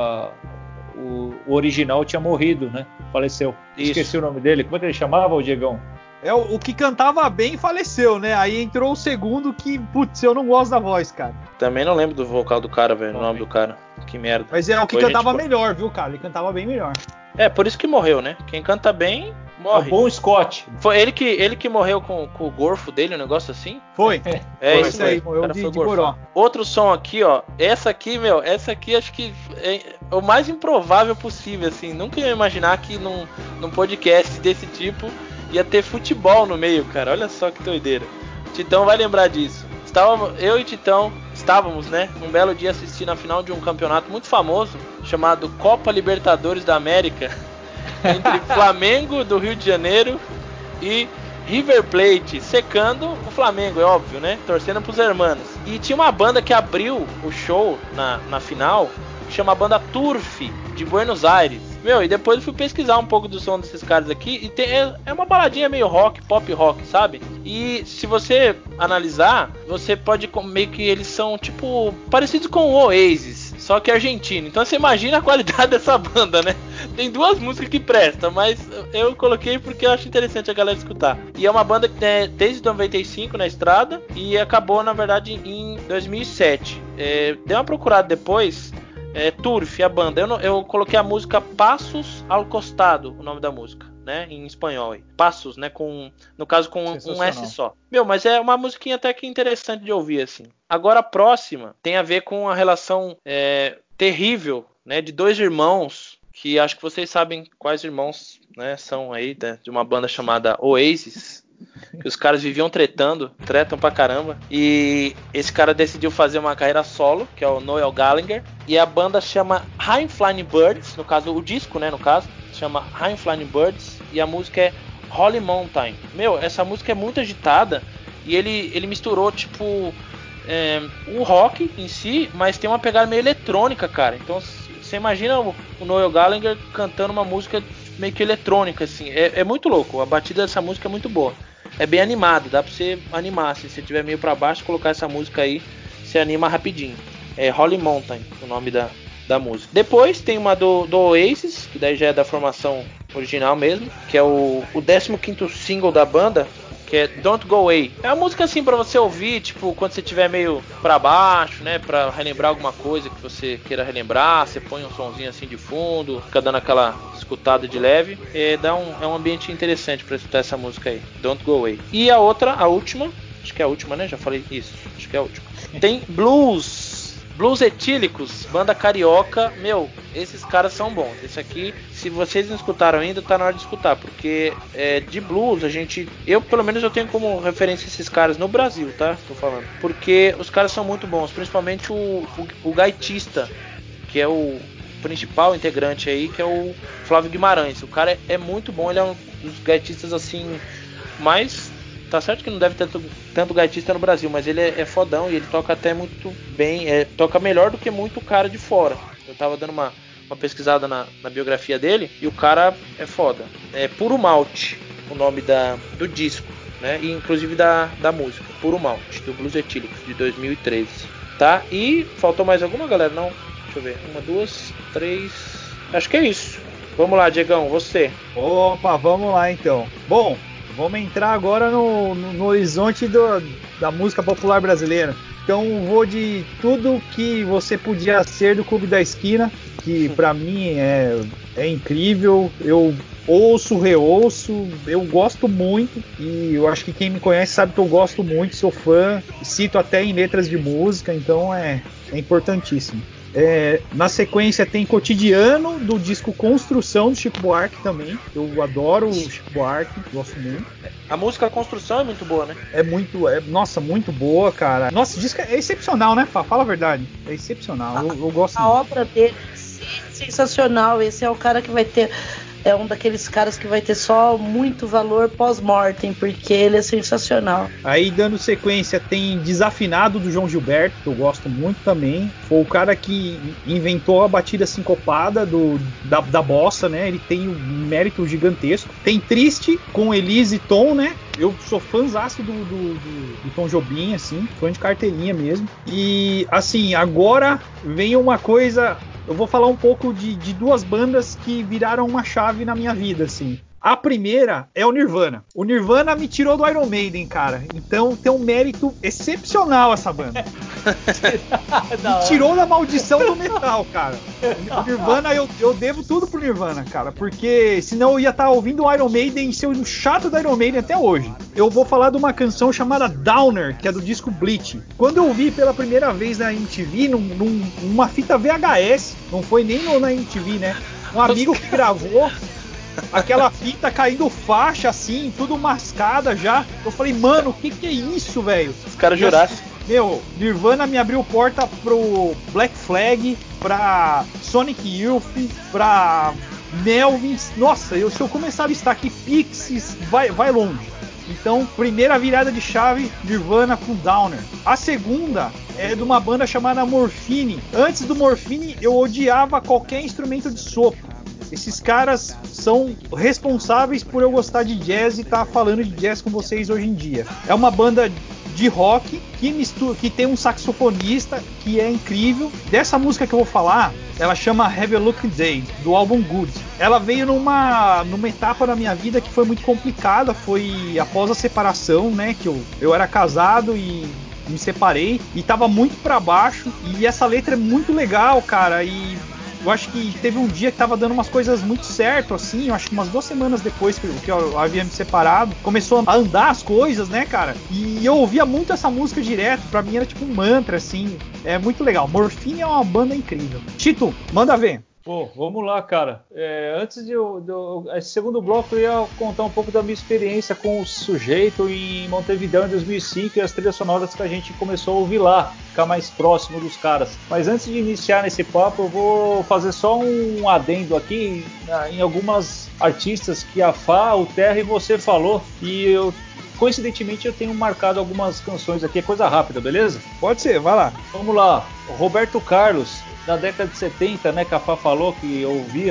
o, o original tinha morrido, né? Faleceu. Isso. Esqueci o nome dele. Como é que ele chamava, o Diegão? É, o, o que cantava bem faleceu, né? Aí entrou o segundo que, putz, eu não gosto da voz, cara. Também não lembro do vocal do cara, velho. O Também. nome do cara. Que merda. Mas é o que Foi cantava gente... melhor, viu, cara? Ele cantava bem melhor. É, por isso que morreu, né? Quem canta bem, É o morre. Bon Scott. Foi ele que, ele que morreu com, com o gorfo dele, um negócio assim? Foi. É Foi isso aí, aí. morreu O cara de, foi de gorfar. goró. Outro som aqui, ó. Essa aqui, meu, essa aqui acho que é o mais improvável possível, assim. Nunca ia imaginar que num, num podcast desse tipo ia ter futebol no meio, cara. Olha só que doideira. Titão vai lembrar disso. Estávamos, eu e Titão estávamos, né, um belo dia assistindo a final de um campeonato muito famoso chamado Copa Libertadores da América entre Flamengo do Rio de Janeiro e River Plate, secando o Flamengo, é óbvio, né? Torcendo pros hermanos. E tinha uma banda que abriu o show na, na final, chama a banda Turf, de Buenos Aires. Meu, e depois eu fui pesquisar um pouco do som desses caras aqui, e tem, é, é uma baladinha meio rock, pop rock, sabe? E se você analisar, você pode meio que eles são, tipo, parecidos com o Oasis, só que argentino. Então você imagina a qualidade dessa banda, né? Tem duas músicas que prestam, mas eu coloquei porque eu acho interessante a galera escutar. E é uma banda que tem desde noventa e cinco na estrada e acabou, na verdade, em dois mil e sete. É, dei uma procurada depois, é, Turf, a banda. Eu, não, eu coloquei a música Passos ao Costado, o nome da música, né? Em espanhol aí. Passos, né? Com, no caso com um S só. Meu, mas é uma musiquinha até que interessante de ouvir, assim. Agora a próxima tem a ver com a relação é, terrível, né? De dois irmãos, que acho que vocês sabem quais irmãos, né, são aí, né, de uma banda chamada Oasis, que os caras viviam tretando, tretam pra caramba, e esse cara decidiu fazer uma carreira solo, que é o Noel Gallagher, e a banda chama High Flying Birds, no caso, o disco, né, no caso, chama High Flying Birds, e a música é Holy Mountain. Meu, essa música é muito agitada, e ele, ele misturou, tipo, é, o rock em si, mas tem uma pegada meio eletrônica, cara, então... Você imagina o Noel Gallagher cantando uma música meio que eletrônica, assim. É, é muito louco, a batida dessa música é muito boa. É bem animado, dá pra você animar, se você estiver meio pra baixo, colocar essa música aí, você anima rapidinho. É Holy Mountain, o nome da, da música. Depois tem uma do, do Oasis, que daí já é da formação original mesmo, que é o, o décimo quinto single da banda, que é Don't Go Away. É uma música assim pra você ouvir, tipo, quando você estiver meio pra baixo, né, pra relembrar alguma coisa que você queira relembrar, você põe um sonzinho assim de fundo, fica dando aquela escutada de leve, e dá um, é um ambiente interessante pra escutar essa música aí, Don't Go Away. E a outra, a última, acho que é a última, né, já falei isso, acho que é a última. Tem Blues. Blues Etílicos, banda carioca, meu, esses caras são bons. Esse aqui, se vocês não escutaram ainda, tá na hora de escutar, porque é, de blues a gente, eu pelo menos eu tenho como referência esses caras no Brasil, tá? Tô falando, porque os caras são muito bons, principalmente o, o, o gaitista, que é o principal integrante aí, que é o Flávio Guimarães. O cara é, é muito bom, ele é um dos gaitistas assim mais... Tá certo que não deve ter tanto, tanto gaitista no Brasil, mas ele é, é fodão e ele toca até muito bem, é, toca melhor do que muito cara de fora. Eu tava dando uma, uma pesquisada na, na biografia dele e o cara é foda. É Puro Malte, o nome da, do disco, né? E inclusive da, da música, Puro Malte, do Blues Etílicos, de dois mil e treze. Tá? E faltou mais alguma, galera? Não? Deixa eu ver. Uma, duas, três... Acho que é isso. Vamos lá, Diegão, você. Opa, vamos lá então. Bom, vamos entrar agora no, no, no horizonte do, da música popular brasileira. Então vou de tudo que você podia ser do Clube da Esquina, que pra mim é, é incrível. Eu ouço, reouço, eu gosto muito e eu acho que quem me conhece sabe que eu gosto muito, sou fã, cito até em letras de música, então é, é importantíssimo. É, na sequência tem Cotidiano, do disco Construção, do Chico Buarque também. Eu adoro o Chico Buarque, gosto muito. A música Construção é muito boa, né? É muito, é, nossa, muito boa, cara. Nossa, esse disco é excepcional, né? Fala a verdade, é excepcional, eu, eu gosto a muito. A obra dele é sensacional, esse é o cara que vai ter... É um daqueles caras que vai ter só muito valor pós-mortem, porque ele é sensacional. Aí, dando sequência, tem Desafinado, do João Gilberto, que eu gosto muito também. Foi o cara que inventou a batida sincopada do, da, da bossa, né? Ele tem um mérito gigantesco. Tem Triste, com Elise e Tom, né? Eu sou fãzaço do, do, do, do Tom Jobim, assim, fã de carteirinha mesmo. E, assim, agora vem uma coisa... Eu vou falar um pouco de, de duas bandas que viraram uma chave na minha vida, assim. A primeira é o Nirvana. O Nirvana me tirou do Iron Maiden, cara. Então tem um mérito excepcional essa banda. Me tirou da maldição do metal, cara. O Nirvana, eu, eu devo tudo pro Nirvana, cara. Porque senão eu ia estar ouvindo o Iron Maiden e ser um chato do Iron Maiden até hoje. Eu vou falar de uma canção chamada Downer, que é do disco Bleach. Quando eu vi pela primeira vez na M T V, num, num, numa fita V H S, não foi nem no, na M T V, né? Um amigo que gravou aquela fita caindo faixa assim, tudo mascada já. Eu falei, mano, o que que é isso, velho? Os caras jurassem. Meu, Nirvana me abriu porta pro Black Flag, pra Sonic Youth, pra Melvin. Nossa, eu, se eu começar a listar aqui, Pixies, vai, vai longe. Então, primeira virada de chave, Nirvana com Downer. A segunda é de uma banda chamada Morphine. Antes do Morphine, eu odiava qualquer instrumento de sopro. Esses caras são responsáveis por eu gostar de jazz e estar tá falando de jazz com vocês hoje em dia. É uma banda de rock que, mistura, que tem um saxofonista que é incrível. Dessa música que eu vou falar, ela chama Have a Look Day, do álbum Good. Ela veio numa, numa etapa da minha vida que foi muito complicada, foi após a separação, né, que eu, eu era casado e me separei e tava muito pra baixo, e essa letra é muito legal, cara, e eu acho que teve um dia que tava dando umas coisas muito certo, assim, eu acho que umas duas semanas depois que, que eu havia me separado, começou a andar as coisas, né, cara? E eu ouvia muito essa música direto, pra mim era tipo um mantra, assim, é muito legal. Morphine é uma banda incrível. Tito, manda ver. Pô, vamos lá, cara. É, antes de eu, de eu, esse segundo bloco eu ia contar um pouco da minha experiência com o Sujeito em Montevidéu em dois mil e cinco e as trilhas sonoras que a gente começou a ouvir lá, ficar mais próximo dos caras. Mas antes de iniciar nesse papo, eu vou fazer só um adendo aqui em algumas artistas que a Fá, o Terra e você falou, e eu coincidentemente eu tenho marcado algumas canções aqui, é coisa rápida, beleza? Pode ser, vai lá. Vamos lá, Roberto Carlos, da década de setenta, né, que a Fá falou que eu ouvia.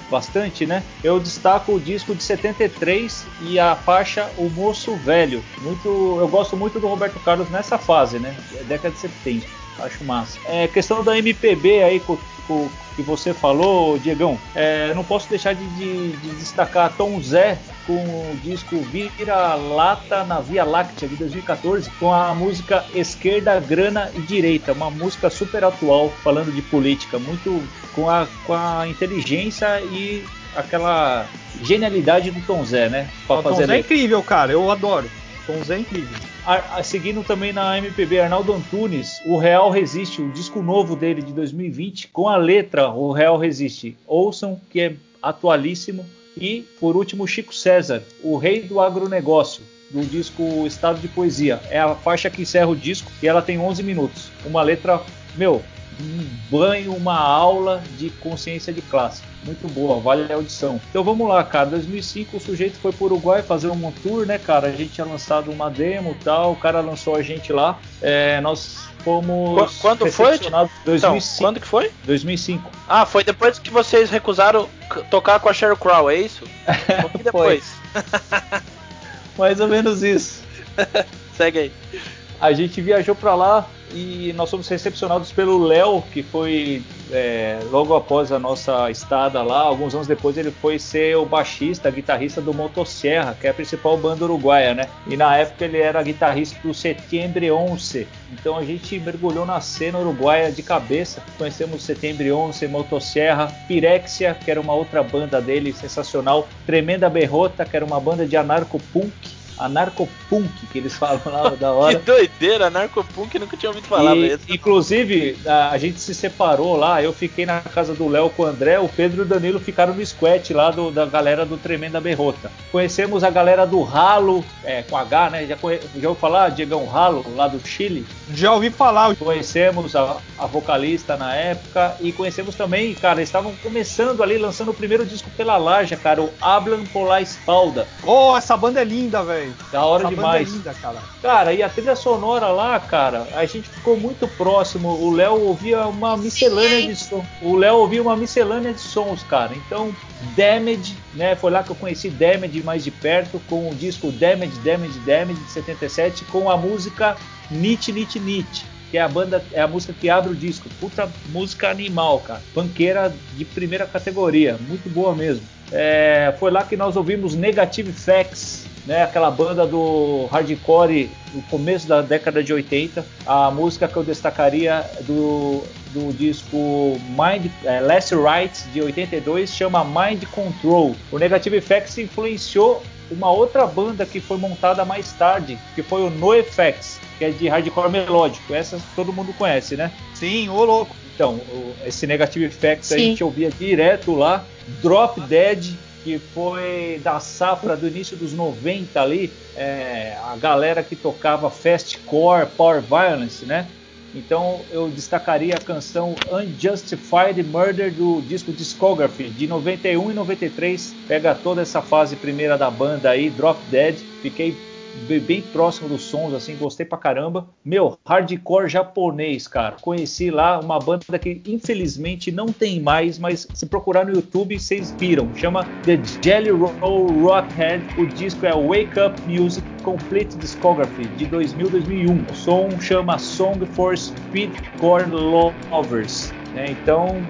bastante, né? Eu destaco o disco de setenta e três e a faixa O Moço Velho. Muito, eu gosto muito do Roberto Carlos nessa fase, né? Década de setenta. Acho massa. É, questão da M P B aí com, com, que você falou, Diegão. É, não posso deixar de, de, de destacar Tom Zé com o disco Vira-Lata na Via Láctea de dois mil e catorze, com a música Esquerda, Grana e Direita, uma música super atual falando de política, muito com a, com a inteligência e aquela genialidade do Tom Zé, né? O Tom Zé é incrível, cara, eu adoro. Tom Zé é incrível. A, a, seguindo também na M P B, Arnaldo Antunes, O Real Resiste, o disco novo dele de dois mil e vinte, com a letra O Real Resiste. Ouçam, que é atualíssimo. E, por último, Chico César, O Rei do Agronegócio, do disco Estado de Poesia. É a faixa que encerra o disco e ela tem onze minutos. Uma letra, meu, um banho, uma aula de consciência de classe. Muito boa, vale a audição. Então vamos lá, cara. dois mil e cinco o sujeito foi pro Uruguai fazer um tour, né, cara? A gente tinha lançado uma demo e tal, o cara lançou a gente lá. É, nós fomos Quando foi? dois mil e cinco. Então, quando que foi? dois mil e cinco. Ah, foi depois que vocês recusaram tocar com a Sheryl Crow, é isso? Um pouquinho depois. Mais ou menos isso. Segue aí. A gente viajou pra lá e nós fomos recepcionados pelo Léo, que foi é, logo após a nossa estada lá, alguns anos depois ele foi ser o baixista, guitarrista do Motosserra, que é a principal banda uruguaia, né? E na época ele era guitarrista do Setembro onze. Então a gente mergulhou na cena uruguaia de cabeça. Conhecemos Setembro onze, Motosserra, Pirexia, que era uma outra banda dele sensacional, Tremenda Berrota, que era uma banda de anarcopunk, anarcopunk, que eles falam lá da hora. Que doideira, anarcopunk, nunca tinha ouvido falar e, mesmo. Inclusive, a, a gente se separou lá, eu fiquei na casa do Léo com o André, o Pedro e o Danilo ficaram no squat lá do, da galera do Tremenda Berrota. Conhecemos a galera do Ralo, é, com H, né? Já, conhe, já ouviu falar, Diegão Ralo, lá do Chile? Já ouvi falar. Conhecemos a, a vocalista na época e conhecemos também, cara, eles estavam começando ali, lançando o primeiro disco pela Laja, cara, o Hablan por la Espalda. Oh, essa banda é linda, velho. Da hora essa demais. Banda é linda, cara. Cara, e a trilha sonora lá, cara, a gente ficou muito próximo. O Léo ouvia uma miscelânea de sons. O Léo ouvia uma miscelânea de sons, cara. Então, Damage, né? Foi lá que eu conheci Damage mais de perto, com o disco Damage, Damage, Damage de setenta e sete, com a música Nit, Nit, Nit, que é a banda, é a música que abre o disco. Puta música animal, cara. Panqueira de primeira categoria, muito boa mesmo. É, foi lá que nós ouvimos Negative Facts, né, aquela banda do hardcore no começo da década de oitenta. A música que eu destacaria do, do disco Mind, é, Last Rites de oitenta e dois chama Mind Control. O Negative Facts influenciou uma outra banda que foi montada mais tarde, que foi o NoFX, que é de hardcore melódico. Essa todo mundo conhece, né? Sim, ô louco. Então, o, esse Negative Facts a gente ouvia direto lá. Drop Dead, que foi da safra do início dos noventa ali, é, a galera que tocava fastcore, power violence, né? Então eu destacaria a canção Unjustified Murder do disco Discography de noventa e um e noventa e três. Pega toda essa fase primeira da banda aí, Drop Dead. Fiquei bem próximo dos sons, assim, gostei pra caramba. Meu, hardcore japonês, cara. Conheci lá uma banda que infelizmente não tem mais, mas se procurar no YouTube, vocês viram. Chama The Jelly Roll Rockhead. O disco é Wake Up Music Complete Discography de dois mil a dois mil e um. O som chama Song for Speedcore Lovers, né? Então,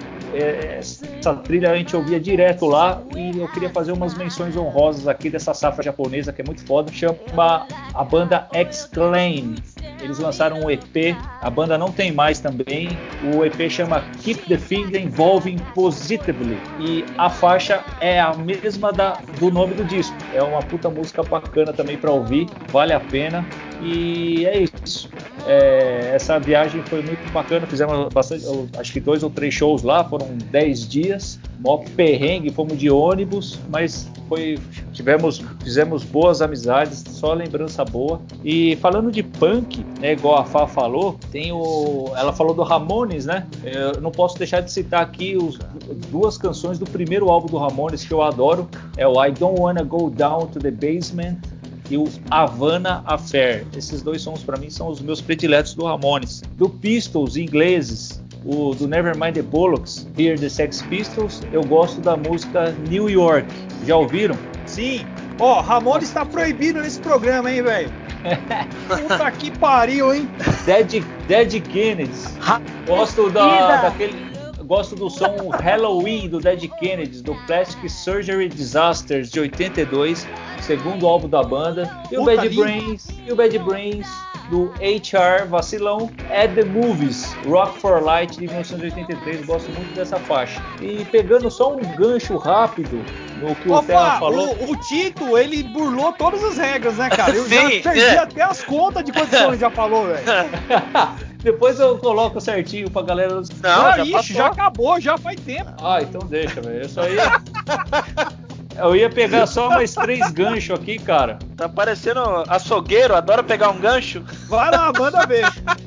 essa trilha a gente ouvia direto lá e eu queria fazer umas menções honrosas aqui dessa safra japonesa que é muito foda. Chama a banda X-Claim. Eles lançaram um E P, a banda não tem mais também. O E P chama Keep the Field Evolving Positively e a faixa é a mesma da, do nome do disco. É uma puta música bacana também para ouvir, vale a pena. E é isso. É, essa viagem foi muito bacana. Fizemos bastante, acho que dois ou três shows lá. Foram dez dias. Mó perrengue, fomos de ônibus, mas foi, tivemos, fizemos boas amizades, só lembrança boa. E falando de punk, né, igual a Fá falou, tem o, ela falou do Ramones, né? Eu não posso deixar de citar aqui os, duas canções do primeiro álbum do Ramones que eu adoro. É o I Don't Wanna Go Down to the Basement e o Havana Affair. Esses dois sons para mim são os meus prediletos do Ramones. Do Pistols, ingleses, o do Nevermind the Bollocks, Hear the Sex Pistols, eu gosto da música New York. Já ouviram? Sim. Ó, oh, Ramones está proibido nesse programa, hein, velho? Puta que pariu, hein? Dead, Dead Kennedys. Gosto da, daquele... Gosto do som Halloween do Dead Kennedys, do Plastic Surgery Disasters de oitenta e dois, segundo álbum da banda. E o Puta Bad lindo. Brains, e o Bad Brains do H R Vacilão, At the Movies, Rock for Light de mil novecentos e oitenta e três. Gosto muito dessa faixa. E pegando só um gancho rápido no que o Terra falou. O, o Tito, ele burlou todas as regras, né, cara? Eu Sim, já perdi é. até as contas de quantos ele já falou, velho. Depois eu coloco certinho pra galera. Não, Não, já ixi, passou. já acabou, já faz tempo. Ah, então deixa, velho. Eu só ia. Eu ia pegar só mais três ganchos aqui, cara. Tá parecendo açougueiro, adora pegar um gancho. Vai lá, manda ver.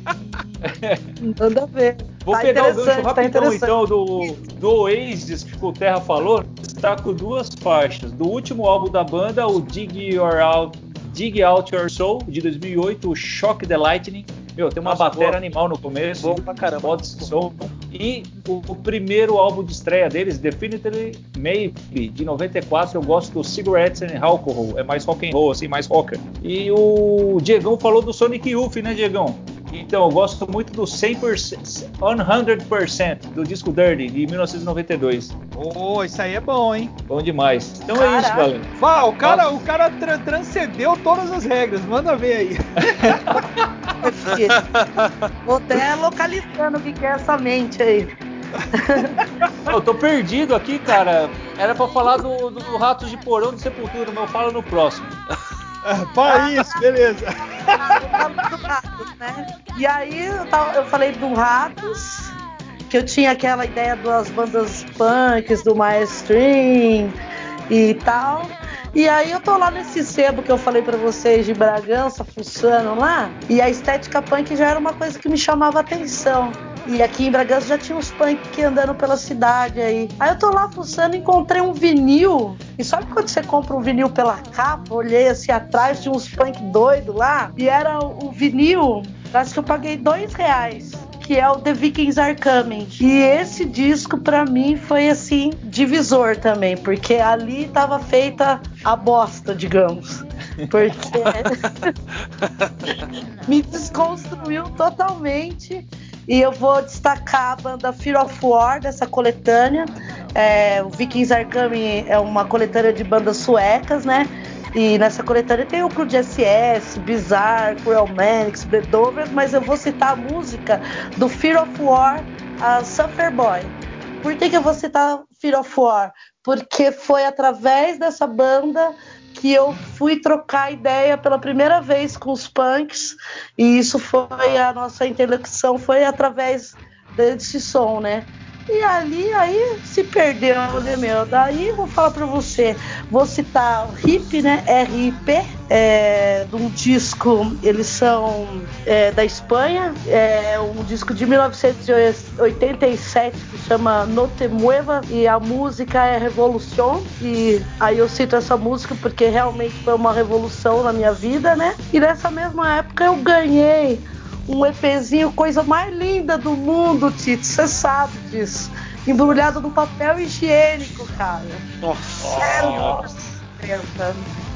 Manda ver. Vou Tá pegar o gancho interessante, tá rapidão, interessante. então, do, do Oasis, que o Terra falou. Está com duas faixas. Do último álbum da banda, o Dig, Your Out, Dig Out Your Soul, de dois mil e oito, o Shock the Lightning. Meu, tem uma Nossa, bateria boa. animal no começo. Bom pra caramba. Modo de som. E o, o primeiro álbum de estreia deles, Definitely Maybe, de noventa e quatro. Eu gosto do Cigarettes and Alcohol. É mais rock and roll, assim, mais rocker. E o Diegão falou do Sonic Youth, né, Diegão? Então, eu gosto muito do cem por cento, cem por cento do disco Dirty, de mil novecentos e noventa e dois. Ô, oh, isso aí é bom, hein? Bom demais. Então Caraca. é isso, galera. Vá, o cara, o cara tra- transcendeu todas as regras. Manda ver aí. Vou até localizando o que que é essa mente aí. Eu tô perdido aqui, cara. Era pra falar do, do Ratos de Porão de Sepultura, mas eu falo no próximo. Para isso, beleza. Né? E aí eu, tava, eu falei do Ratos, que eu tinha aquela ideia das bandas punks, do mainstream e tal. E aí eu tô lá nesse sebo que eu falei pra vocês de Bragança, fuçando lá, e a estética punk já era uma coisa que me chamava a atenção. E aqui em Bragança já tinha uns punk andando pela cidade aí. Aí eu tô lá fuçando e encontrei um vinil. E sabe quando você compra um vinil pela capa? Olhei assim atrás, tinha uns punk doido lá. E era o vinil, acho que eu paguei dois reais. Que é o The Vikings Are Coming. E esse disco pra mim foi assim, divisor também, porque ali tava feita a bosta, digamos. Porque me desconstruiu totalmente. E eu vou destacar a banda Fear of War dessa coletânea. É, o Vikings Are Coming é uma coletânea de bandas suecas, né? E nessa coletânea tem o Crew de S S, Bizarre, Cruel Manics, The Dovers, mas eu vou citar a música do Fear of War, a Suffer Boy. Por que que eu vou citar Fear of War? Porque foi através dessa banda que eu fui trocar ideia pela primeira vez com os punks, e isso foi a nossa interlocução, foi através desse som, né? E ali, aí se perdeu, né, meu? Daí vou falar pra você, vou citar o Hip, né? R I P, é, de um disco, eles são é, da Espanha, é um disco de mil novecentos e oitenta e sete que chama No Te Mueva, e a música é Revolution, e aí eu cito essa música porque realmente foi uma revolução na minha vida, né? E nessa mesma época eu ganhei um EPzinho, coisa mais linda do mundo, Tito, você sabe disso. Embrulhado no papel higiênico, cara. Nossa. Era violenta.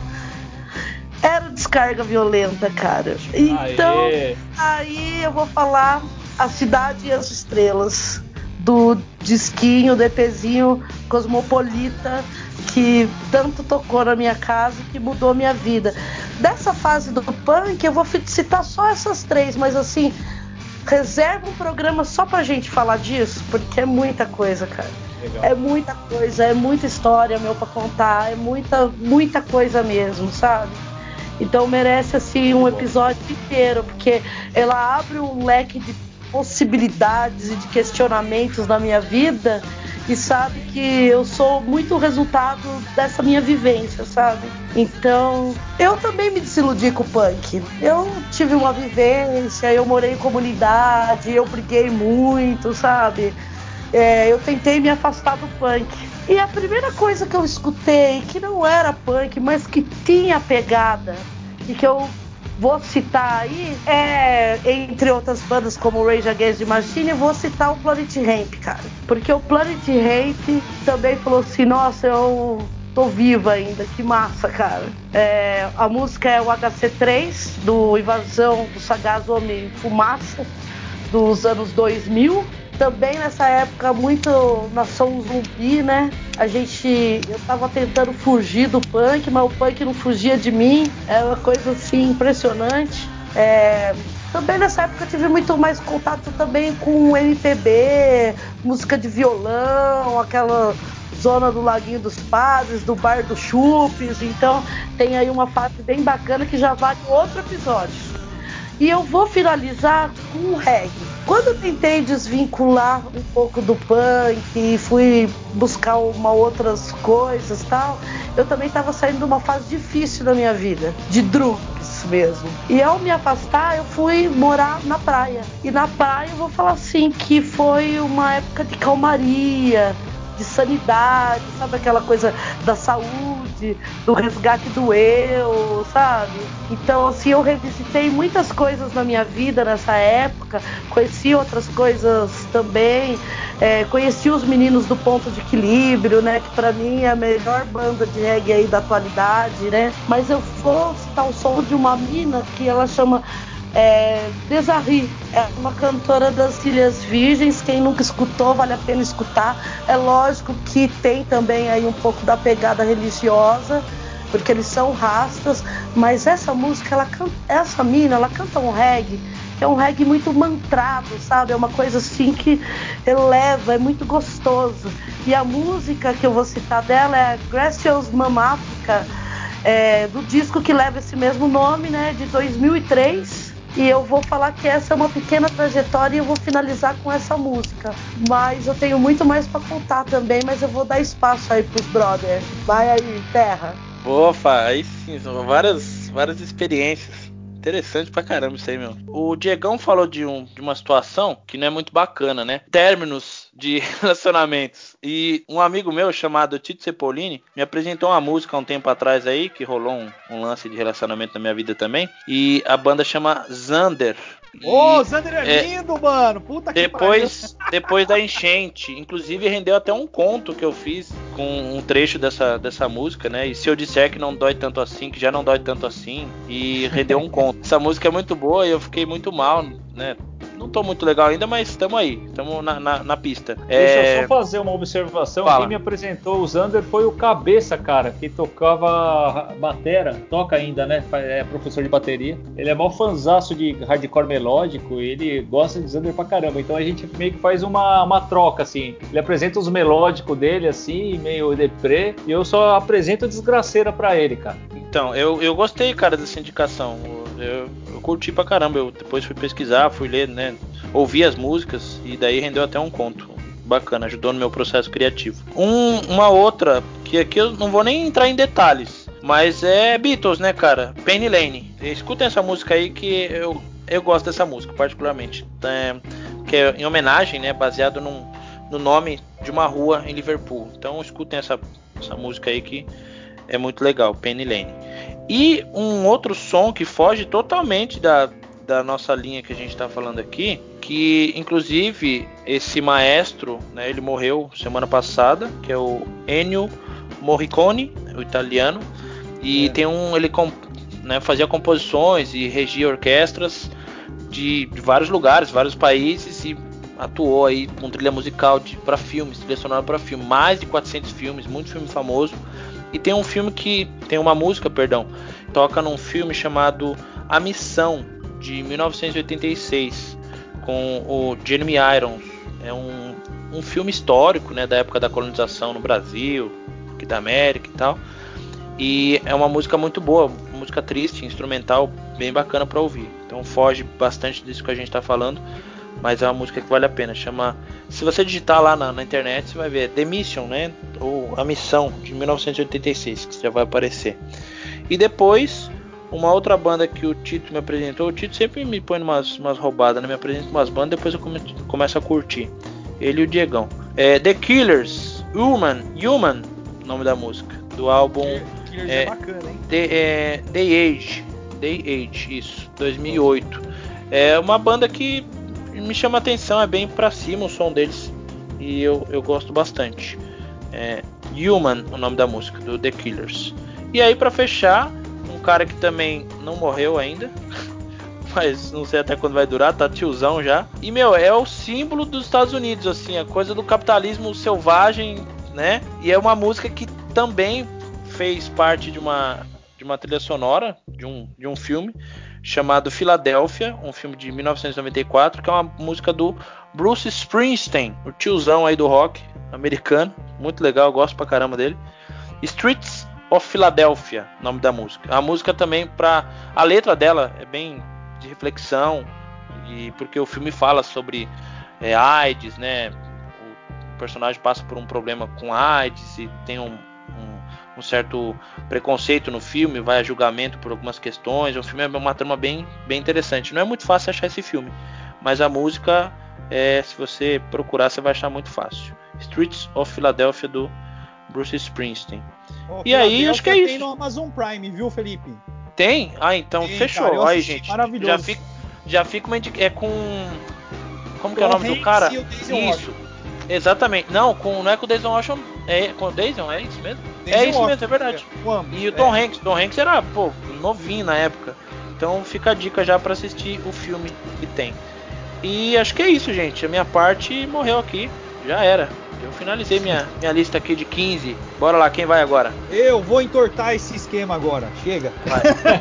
Era descarga violenta, cara. Então, Aê. aí eu vou falar A Cidade e as Estrelas, do disquinho, do EPzinho Cosmopolita, que tanto tocou na minha casa e que mudou minha vida. Dessa fase do punk, eu vou citar só essas três, mas assim, reserva um programa só pra gente falar disso, porque é muita coisa, cara. Legal. É muita coisa, é muita história, meu, pra contar, é muita, muita coisa mesmo, sabe? Então merece, assim, um episódio inteiro, porque ela abre um leque de possibilidades e de questionamentos na minha vida, e sabe que eu sou muito resultado dessa minha vivência, sabe? Então, eu também me desiludi com o punk. Eu tive uma vivência, eu morei em comunidade, eu briguei muito, sabe? É, eu tentei me afastar do punk. E a primeira coisa que eu escutei, que não era punk, mas que tinha pegada, e que eu vou citar aí, é, entre outras bandas como Rage Against the Machine, eu vou citar o Planet Hemp, cara. Porque o Planet Hemp também falou assim, nossa, eu tô viva ainda, que massa, cara. É, a música é o H C três, do Invasão do Sagaz Homem Fumaça, dos anos dois mil. Também nessa época, muito nação zumbi, né? A gente, eu tava tentando fugir do punk, mas o punk não fugia de mim. É uma coisa assim impressionante. É, também nessa época eu tive muito mais contato também com M P B, música de violão, aquela zona do Laguinho dos Padres, do Bar dos Chupes. Então tem aí uma fase bem bacana que já vale outro episódio. E eu vou finalizar com o reggae. Quando eu tentei desvincular um pouco do punk e fui buscar uma outras coisas e tal, eu também estava saindo de uma fase difícil da minha vida, de drugs mesmo. E ao me afastar, eu fui morar na praia. E na praia eu vou falar assim, que foi uma época de calmaria, de sanidade, sabe aquela coisa da saúde, do resgate do eu, sabe? Então, assim, eu revisitei muitas coisas na minha vida nessa época, conheci outras coisas também, é, conheci os meninos do Ponto de Equilíbrio, né, que pra mim é a melhor banda de reggae aí da atualidade, né? Mas eu vou citar o som de uma mina que ela chama É, Desarri, é uma cantora das Ilhas Virgens. Quem nunca escutou, vale a pena escutar. É lógico que tem também aí um pouco da pegada religiosa, porque eles são rastas, mas essa música, ela canta, essa mina, ela canta um reggae, que é um reggae muito mantrado, sabe? É uma coisa assim que eleva, é muito gostoso. E a música que eu vou citar dela é Gracious Mama Africa, é, do disco que leva esse mesmo nome, né, de dois mil e três. E eu vou falar que essa é uma pequena trajetória e eu vou finalizar com essa música. Mas eu tenho muito mais pra contar também, mas eu vou dar espaço aí pros brothers. Vai aí, terra. Opa, aí sim, são várias, várias experiências. Interessante pra caramba isso aí, meu. O Diegão falou de, um, de uma situação que não é muito bacana, né? Términos de relacionamentos. E um amigo meu chamado Tito Cepolini me apresentou uma música há um tempo atrás aí, que rolou um, um lance de relacionamento na minha vida também. E a banda chama Xander. Ô, oh, Xander é, é lindo, mano. Puta que depois, pariu. Depois da enchente, inclusive rendeu até um conto que eu fiz com um trecho dessa, dessa música, né? E se eu disser que não dói tanto assim, que já não dói tanto assim, e rendeu um conto. Essa música é muito boa e eu fiquei muito mal, né? Não tô muito legal ainda, mas estamos aí, estamos na, na, na pista. Deixa é... eu só fazer uma observação. Fala. Quem me apresentou o Xander foi o Cabeça, cara, que tocava batera, toca ainda, né? É professor de bateria. Ele é mó fanzaço de hardcore melódico e ele gosta de Xander pra caramba. Então a gente meio que faz uma, uma troca, assim. Ele apresenta os melódicos dele, assim, meio deprê, e eu só apresento a desgraceira pra ele, cara. Então, eu, eu gostei, cara, dessa indicação. Eu, eu curti pra caramba. Eu depois fui pesquisar, fui ler, né? Ouvi as músicas e daí rendeu até um conto. Bacana, ajudou no meu processo criativo. Um, uma outra, que aqui eu não vou nem entrar em detalhes, mas é Beatles, né, cara? Penny Lane. Escutem essa música aí que eu, eu gosto dessa música, particularmente. É, que é em homenagem, né? Baseado num, no nome de uma rua em Liverpool. Então escutem essa, essa música aí que é muito legal, Penny Lane. E um outro som que foge totalmente da, da nossa linha que a gente está falando aqui, que inclusive esse maestro, né, ele morreu semana passada, que é o Ennio Morricone, o italiano, e é. tem um, ele comp, né, fazia composições e regia orquestras de, de vários lugares, vários países, e atuou aí com trilha musical para filmes, trilha sonora para filme, mais de quatrocentos filmes, muito filme famoso. E tem um filme que tem uma música, perdão, toca num filme chamado A Missão, de mil novecentos e oitenta e seis, com o Jeremy Irons. É um, um filme histórico, né, da época da colonização no Brasil, aqui da América e tal. E é uma música muito boa, música triste, instrumental, bem bacana para ouvir. Então foge bastante disso que a gente está falando, mas é uma música que vale a pena. Chama, se você digitar lá na, na internet, você vai ver The Mission, né? Ou A Missão, de mil novecentos e oitenta e seis, que já vai aparecer. E depois, uma outra banda que o Tito me apresentou. O Tito sempre me põe umas, umas roubadas, né? Me apresenta umas bandas, depois eu come, começo a curtir. Ele e o Diegão. É, The Killers, Human, Human, nome da música, do álbum Killers é, é bacana, hein? The, é, The Age, Day Age, isso, dois mil e oito. É uma banda que me chama a atenção, é bem pra cima o som deles e eu, eu gosto bastante. É Human, o nome da música, do The Killers. E aí pra fechar, um cara que também não morreu ainda, mas não sei até quando vai durar, tá tiozão já. E meu, é o símbolo dos Estados Unidos, assim, a coisa do capitalismo selvagem, né? E é uma música que também fez parte de uma, de uma trilha sonora de um, de um filme chamado Philadelphia, um filme de mil novecentos e noventa e quatro, que é uma música do Bruce Springsteen, o tiozão aí do rock americano, muito legal, eu gosto pra caramba dele. Streets of Philadelphia, nome da música. A música também, pra, a letra dela é bem de reflexão, e porque o filme fala sobre é, AIDS, né? O personagem passa por um problema com AIDS e tem um, um, um certo preconceito no filme, vai a julgamento por algumas questões. O filme é uma trama bem, bem interessante. Não é muito fácil achar esse filme, mas a música, é, se você procurar, você vai achar muito fácil. Streets of Philadelphia, do Bruce Springsteen. Oh, e aí, acho que é isso. Tem no Amazon Prime, viu, Felipe? Tem? Ah, então tem, fechou. Cara, aí, gente. Maravilhoso. Já fica, já fica uma indicação. É com. Como Tom que é o nome Hanks do cara? Isso. Exatamente. Não, com, não é com o Denzel Washington. É com o Denzel, é isso mesmo? Denzel é isso Washington, mesmo, é verdade. É. E o Tom é. Hanks. Tom Hanks era, pô, novinho na época. Então fica a dica já pra assistir o filme que tem. E acho que é isso, gente. A minha parte morreu aqui. Já era. Eu finalizei minha, minha lista aqui de quinze. Bora lá, quem vai agora? Eu vou entortar esse esquema agora. Chega. Vai.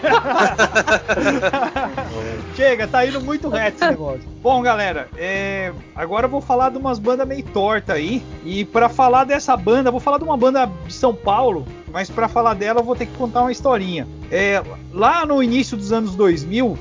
Chega, tá indo muito reto esse negócio. Bom, galera, é... agora eu vou falar de umas bandas meio tortas aí. E pra falar dessa banda, eu vou falar de uma banda de São Paulo. Mas pra falar dela eu vou ter que contar uma historinha. É... Lá no início dos anos dois mil...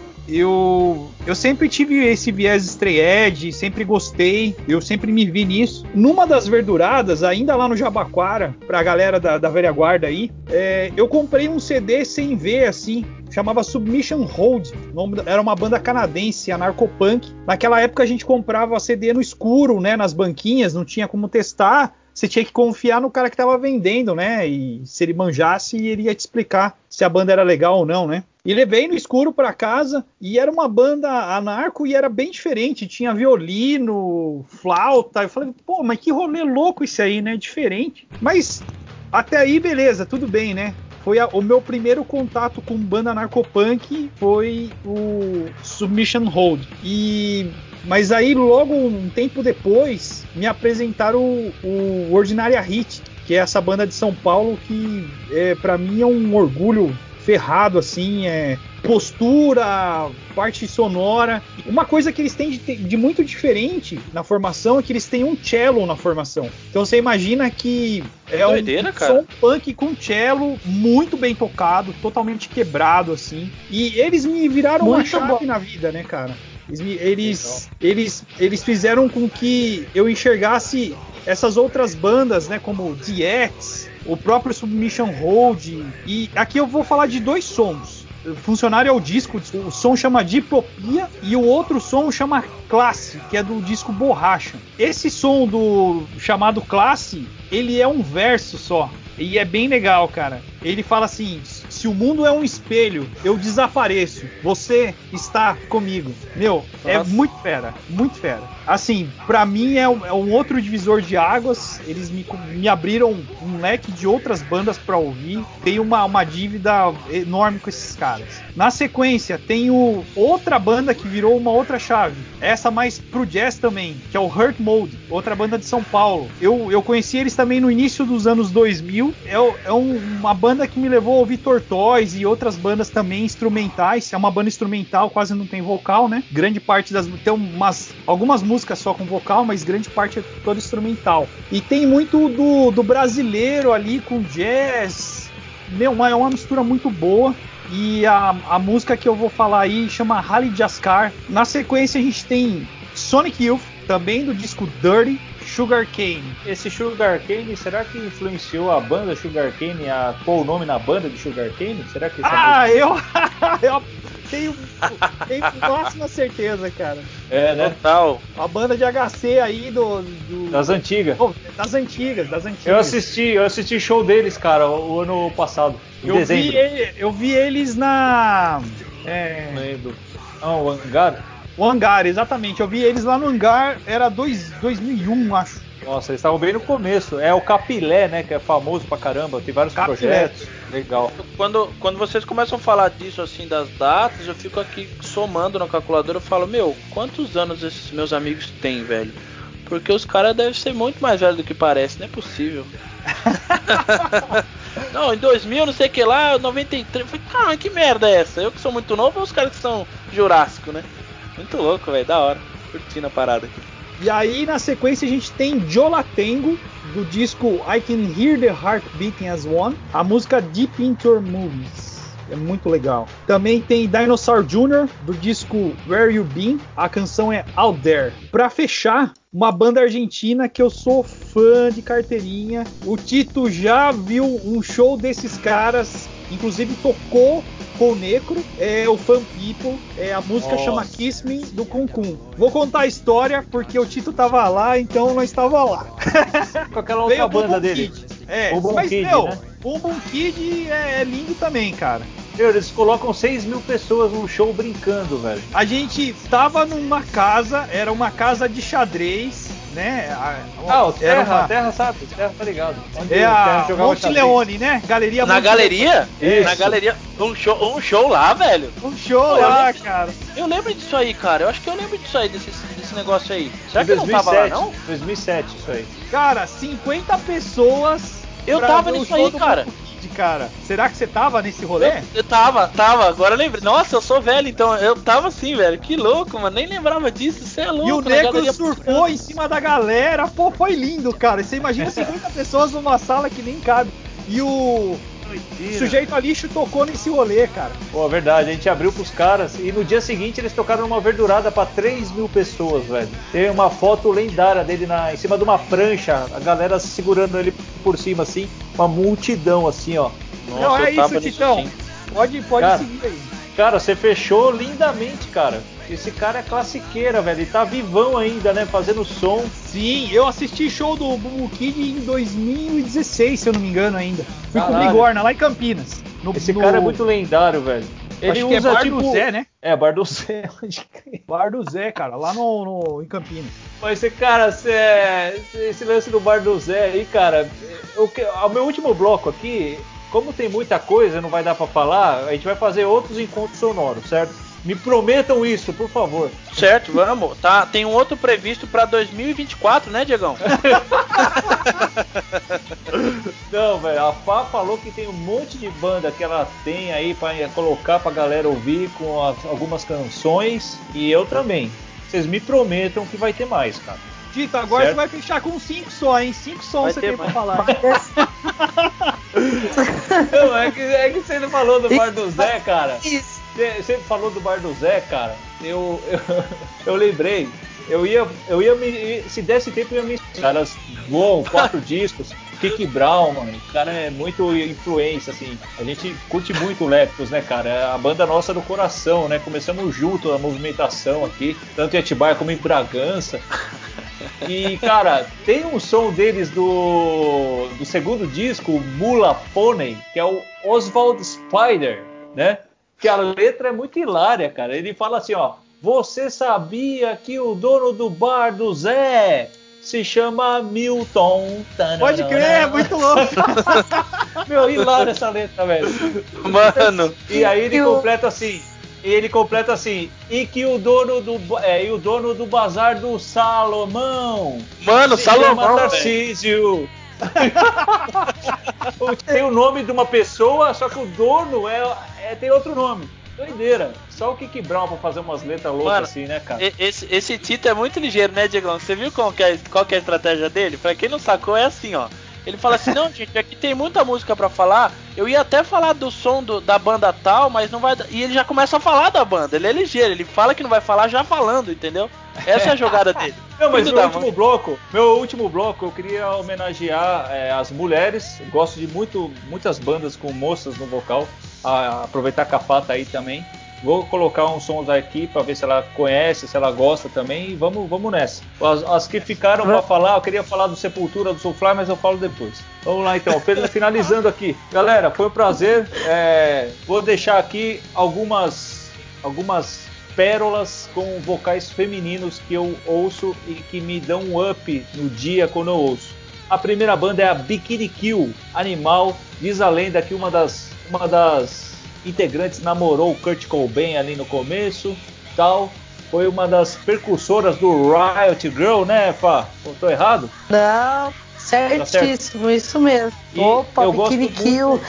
Eu, eu sempre tive esse viés stray edge, sempre gostei, eu sempre me vi nisso. Numa das verduradas, ainda lá no Jabaquara, pra galera da, da velha guarda aí, é, eu comprei um C D sem ver, assim, chamava Submission Hold, nome, era uma banda canadense, anarcopunk. Naquela época a gente comprava C D no escuro, né, nas banquinhas, não tinha como testar. Você tinha que confiar no cara que estava vendendo, né? E se ele manjasse, ele ia te explicar se a banda era legal ou não, né? E levei no escuro para casa e era uma banda anarco e era bem diferente. Tinha violino, flauta. Eu falei, pô, mas que rolê louco isso aí, né? Diferente. Mas até aí, beleza, tudo bem, né? Foi a, o meu primeiro contato com banda anarcopunk foi o Submission Hold. E... Mas aí, logo um tempo depois, me apresentaram o, o Ordinária Hit, que é essa banda de São Paulo que, é, para mim, é um orgulho ferrado, assim, é postura, parte sonora. Uma coisa que eles têm de, de muito diferente na formação é que eles têm um cello na formação. Então você imagina que é doideira, um cara. som punk com cello muito bem tocado, totalmente quebrado, assim. E eles me viraram muito uma chave bom. na vida, né, cara? Eles, eles, eles, eles fizeram com que eu enxergasse essas outras bandas, né, como The X, o próprio Submission Hold. E aqui eu vou falar de dois sons. Funcionário é o disco, o som chama Diplopia e o outro som chama Classe, que é do disco Borracha. Esse som do chamado Classe, ele é um verso só. E é bem legal, cara. Ele fala assim: se o mundo é um espelho, eu desapareço. Você está comigo. Meu, Nossa. é muito fera, muito fera. Assim, pra mim é um, é um outro divisor de águas. Eles me, me abriram um leque de outras bandas pra ouvir. Tem uma, uma dívida enorme com esses caras. Na sequência, tem o, outra banda que virou uma outra chave. Essa mais pro jazz também, que é o Hurt Mode, outra banda de São Paulo. Eu, eu conheci eles também no início dos anos dois mil. É, é um, uma banda que me levou a ouvir Tortoise e outras bandas também instrumentais. É uma banda instrumental, quase não tem vocal, né? Grande parte das... Tem umas, algumas músicas só com vocal, mas grande parte é toda instrumental. E tem muito do, do brasileiro ali com jazz. Meu, é uma mistura muito boa. E a, a música que eu vou falar aí chama Rally Jaskar. Na sequência a gente tem Sonic Youth, também do disco Dirty, Sugar Cane. Esse Sugar Cane, será que influenciou a banda Sugar Cane a pôr o nome na banda de Sugar Cane? Será que essa Ah, música... eu, eu tenho, tenho máxima certeza, cara. É, né? Total. A banda de H C aí do... do... Das antigas. Oh, das antigas, das antigas. Eu assisti, eu assisti show deles, cara, o, o ano passado, em eu dezembro. Vi, eu vi eles na... É... Não lembro. Ah, o Hangar? O Hangar, exatamente. Eu vi eles lá no Hangar, era dois, dois mil e um, acho. Nossa, eles estavam bem no começo. É o Capilé, né? Que é famoso pra caramba. Tem vários Capilé. projetos. Legal. Quando, quando vocês começam a falar disso, assim, das datas, eu fico aqui somando na calculadora. Eu falo, meu, quantos anos esses meus amigos têm, velho? Porque os caras devem ser muito mais velhos do que parece. Não é possível. Não, em dois mil, não sei o que lá, noventa e três. Eu falei, cara, mas que merda é essa? Eu que sou muito novo ou os caras que são Jurássico, né? Muito louco, velho. Da hora. Curtindo a parada aqui. E aí, na sequência, a gente tem Jolatengo, do disco I Can Hear the Heart Beating as One, a música Deep Into Your Movies. É muito legal. Também tem Dinosaur Júnior, do disco Where You Been, a canção é Out There. Pra fechar, uma banda argentina que eu sou fã de carteirinha. O Tito já viu um show desses caras, inclusive tocou com o Necro, é o Fan People, é, a música Nossa. chama Kiss Me, do Kun Kun. Vou contar a história porque o Tito tava lá, então nós estava lá. Com aquela outra Veio o banda Bumbum dele. Kid. É, O Bumbum mas, Kid, meu, né? o Bumbum Kid é, é lindo também, cara. Meu, eles colocam seis mil pessoas no show brincando, velho. A gente tava numa casa, era uma casa de xadrez, né? A- Ah, o era Terra, uma- a Terra sabe, o Terra tá ligado. Onde É o Terra a jogava Monte xadrez. Leone, né? Galeria Na Monte galeria? Isso. Na galeria. Um show, um show lá, velho. Leone. Um show Pô, eu lá, lembro- cara. Eu lembro disso aí, cara. Eu acho que eu lembro disso aí, desse, desse negócio aí. Será Em que eu não tava lá, não? dois mil e sete, isso aí. Cara, cinquenta pessoas. Eu pra tava ver o nisso show aí, do cara. Bumbum Kid, cara. Será que você tava nesse rolê? Eu, eu tava, tava, agora eu lembrei. Nossa, eu sou velho, então eu tava assim, velho. Que louco, mano. Nem lembrava disso. Você é louco, E o na Negro galeria- surfou em cima da galera. Pô, foi lindo, cara. Você imagina cinquenta pessoas numa sala que nem cabe. E o Sujeito a Lixo tocou nesse rolê, cara. Pô, verdade, a gente abriu pros caras e no dia seguinte eles tocaram numa verdurada pra três mil pessoas, velho. Tem uma foto lendária dele na, em cima de uma prancha, a galera segurando ele por cima assim, uma multidão assim, ó. Nossa, Não, é eu tava isso, nisso, Titão. sim. Pode, pode Cara, seguir aí. Cara, você fechou lindamente, cara. Esse cara é classiqueira, velho. Ele tá vivão ainda, né? Fazendo som. Sim, eu assisti show do Bumbum Kid em dois mil e dezesseis, se eu não me engano ainda. Fui com o Caralho. Bigorna, lá em Campinas. No- Esse no- cara é muito lendário, velho. Ele Acho que é usa Bar tipo. do Zé, né? É, Bar do Zé. onde que- Bar do Zé, cara, lá no, no- em Campinas. Mas esse cara, cê- esse lance do Bar do Zé aí, cara. O, que, o meu último bloco aqui, como tem muita coisa, não vai dar pra falar, a gente vai fazer outros encontros sonoros, certo? Me prometam isso, por favor. Certo, vamos. Tá, tem um outro previsto pra dois mil e vinte e quatro, né, Diegão? Não, velho, a Fá falou que tem um monte de banda que ela tem aí pra colocar pra galera ouvir com as- algumas canções, e eu também. Vocês me prometam que vai ter mais, cara. Tito, agora Certo. você vai fechar com cinco só, hein? Cinco sons Vai você ter tem pra mais. falar. Não, é que, é que você não falou do Bar do Zé, cara. Isso. Você você falou do Bar do Zé, cara. Eu, eu, eu lembrei. Eu ia, eu ia me. Se desse tempo, eu ia me. Caras voam, quatro discos. Kiki Brown, mano. O cara é muito influência, assim. A gente curte muito o Leptos, né, cara? É a banda nossa do coração, né? Começamos junto a movimentação aqui, tanto em Atibaia como em Bragança. E, cara, tem um som deles do, do segundo disco, Mula Pônei, que é o Oswald Spider, né? Que a letra é muito hilária, cara. Ele fala assim, ó: você sabia que o dono do bar do Zé se chama Milton? Pode crer, é muito louco. Meu, hilária essa letra, velho. Mano, E aí ele E o- completa assim. E ele completa assim, e que o dono do ba- é, e o dono do bazar do Salomão mano, se chama Salomão, velho. Tarcísio. Tem o nome de uma pessoa, só que o dono é, é- tem outro nome. Doideira. Só o Kiki Brown pra fazer umas letras loucas Mano, assim, né, cara? E- Esse, esse Tito é muito ligeiro, né, Diegão? Você viu qual que, é, qual que é a estratégia dele? Pra quem não sacou, é assim, ó. Ele fala assim, não, gente, aqui tem muita música pra falar. Eu ia até falar do som do- da banda tal, mas não vai dar. E ele já começa a falar da banda. Ele é ligeiro, ele fala que não vai falar já falando, entendeu? Essa é a jogada dele. Não, mas Filho meu da último mãe. bloco, meu último bloco, eu queria homenagear é, as mulheres. Eu gosto de muito, muitas bandas com moças no vocal. A- aproveitar que a Fá tá aí também. Vou colocar uns sons aqui pra ver se ela conhece, se ela gosta também. E vamos, vamos nessa. As, as que ficaram pra falar, eu queria falar do Sepultura, do Soulfly, mas eu falo depois. Vamos lá então, finalizando aqui. Galera, foi um prazer. É, vou deixar aqui algumas algumas pérolas com vocais femininos que eu ouço e que me dão um up no dia quando eu ouço. A primeira banda é a Bikini Kill, Animal. Diz a lenda que uma das, uma das integrantes namorou o Kurt Cobain ali no começo, tal. Foi uma das percursoras do Riot Girl, né, Fá? Eu tô errado? Não, certíssimo, isso mesmo. E Opa, eu Bikini gosto Kill. muito...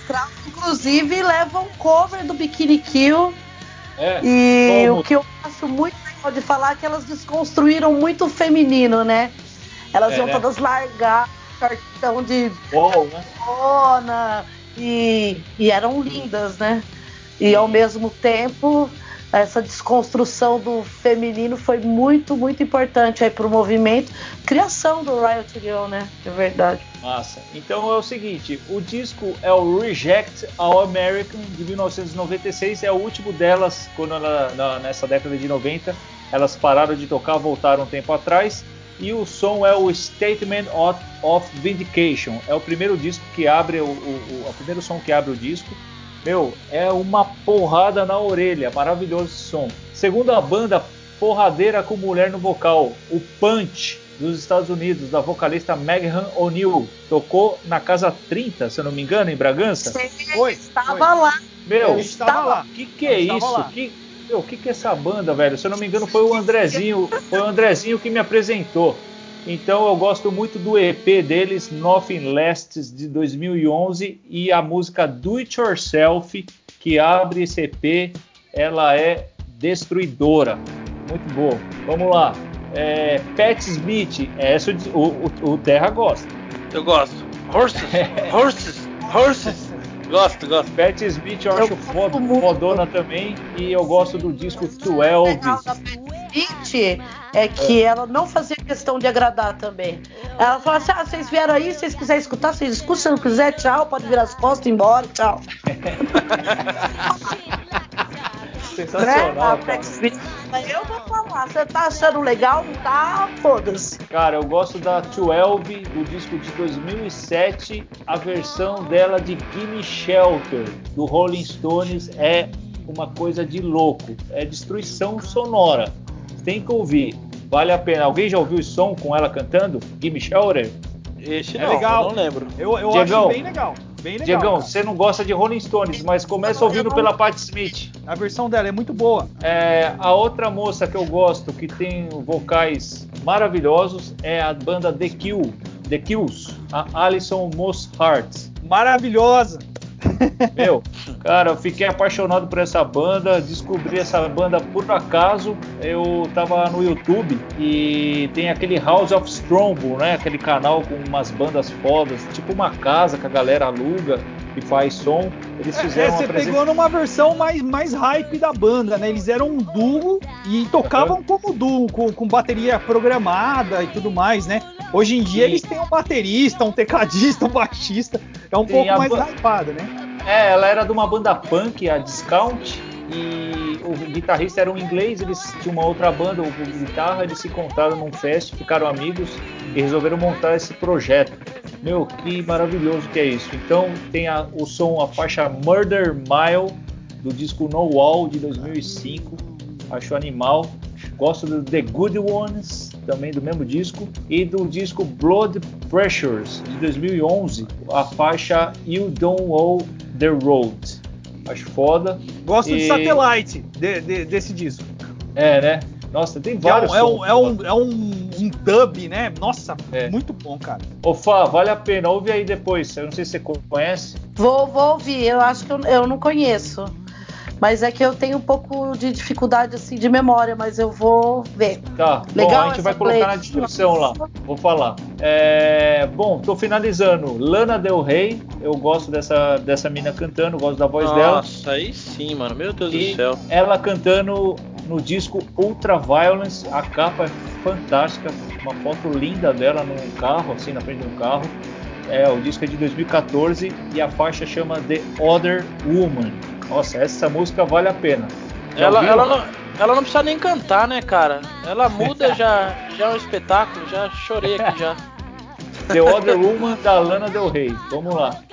Inclusive, leva um cover do Bikini Kill. É, e como... o que eu acho muito legal de falar é que elas desconstruíram muito o feminino, né? Elas é, iam né? todas largar cartão de Bom, né? Bona, e, e eram lindas, né? E ao mesmo tempo, essa desconstrução do feminino foi muito, muito importante aí pro movimento. Criação do Riot Girl, né? É verdade. Massa. Então é o seguinte, o disco é o Reject All American de mil novecentos e noventa e seis, é o último delas, quando ela, na, nessa década de noventa, elas pararam de tocar, voltaram um tempo atrás, e o som é o Statement of, of Vindication, é o primeiro disco que abre, o, o, o, o primeiro som que abre o disco. Meu, é uma porrada na orelha, maravilhoso esse som. Segunda banda, porradeira com mulher no vocal, o Punch, dos Estados Unidos, da vocalista Megan O'Neill. Tocou na Casa trinta, se eu não me engano, em Bragança. Sim, Foi, estava foi. lá. Meu, Eu estava lá. que que é Eu estava isso? lá. Que, meu, que que é essa banda, velho? Se eu não me engano, foi o Andrezinho, foi o Andrezinho que me apresentou. Então eu gosto muito do E P deles, Nothing Lasts, de dois mil e onze, e a música Do It Yourself, que abre esse E P, ela é destruidora. Muito boa. Vamos lá. É, Pat Smith, essa o, o, o Terra gosta. Eu gosto. Horses, horses, horses. Gosto, gosto. Pat Smith eu acho Eu fod, gosto muito. fodona também, e eu gosto do disco O doze. legal da Pete é que ela não fazia questão de agradar também. Ela falou assim: ah, vocês vieram aí, se vocês quiserem escutar, vocês escutam, se não quiser, tchau, pode virar as costas e ir embora, tchau. Sensacional, Né? A cara. Pat Smith, eu vou falar, você tá achando legal, não tá? Foda-se. Cara, eu gosto da doze, do disco de dois mil e sete, a versão dela de Gimme Shelter, do Rolling Stones, é uma coisa de louco, é destruição sonora, tem que ouvir, vale a pena. Alguém já ouviu esse som com ela cantando, Gimme Shelter? Esse É não, legal. eu não lembro. Eu, eu Diegão, acho bem legal. Bem legal. Diegão, cara. você não gosta de Rolling Stones, mas começa ouvindo pela Pat Smith. A versão dela é muito boa. É, a outra moça que eu gosto, que tem vocais maravilhosos, é a banda The Kill, The Kills, a Alison Moss Hart. Maravilhosa. Meu, cara, eu fiquei apaixonado por essa banda, descobri essa banda por acaso. Eu tava no YouTube e tem aquele House of Strombo, né? Aquele canal com umas bandas fodas, tipo uma casa que a galera aluga e faz som. Eles É, fizeram é, uma você apresentação. pegou numa versão mais, mais hype da banda, né? Eles eram um duo e tocavam Uhum. como duo, com, com bateria programada e tudo mais, né? Hoje em dia E- eles têm um baterista, um tecladista, um baixista. É um Sim, pouco a mais ba- hypado, né? É, ela era de uma banda punk, a Discount, e o guitarrista era um inglês, eles tinham uma outra banda, o guitarra, eles se encontraram num fest, ficaram amigos e resolveram montar esse projeto. Meu, que maravilhoso que é isso. Então tem a, o som, a faixa Murder Mile, do disco No Wall, de dois mil e cinco, acho animal. Gosto do The Good Ones, também do mesmo disco, e do disco Blood Pressures, de dois mil e onze, a faixa You Don't Owe the Road. Acho foda. Gosto E- de Satellite, de- de- desse disco. É, né? Nossa, tem Que é, vários um, é, um, sons. é, um, é um, um dub, né? Nossa, É. muito bom, cara. Ô Fá, vale a pena, ouve aí depois. Eu não sei se você conhece. Vou, vou ouvir, eu acho que eu, eu não conheço. Mas é que eu tenho um pouco de dificuldade assim de memória, mas eu vou ver. Tá, Legal bom, a gente essa vai colocar na playlist. descrição lá. Vou falar. É, bom, tô finalizando. Lana Del Rey, eu gosto dessa, dessa mina cantando, gosto da voz dela. Nossa, aí sim, mano. Meu Deus E do céu. ela cantando no disco Ultra Violence, a capa é fantástica, uma foto linda dela num carro, assim, na frente de um carro. É, o disco é de dois mil e quatorze e a faixa chama The Other Woman. Nossa, essa música vale a pena. Já Ela, ouviu? ela, não, ela não precisa nem cantar, né, cara? Ela muda já, já é um espetáculo, já chorei aqui já. The Other Woman da Lana Del Rey. Vamos lá.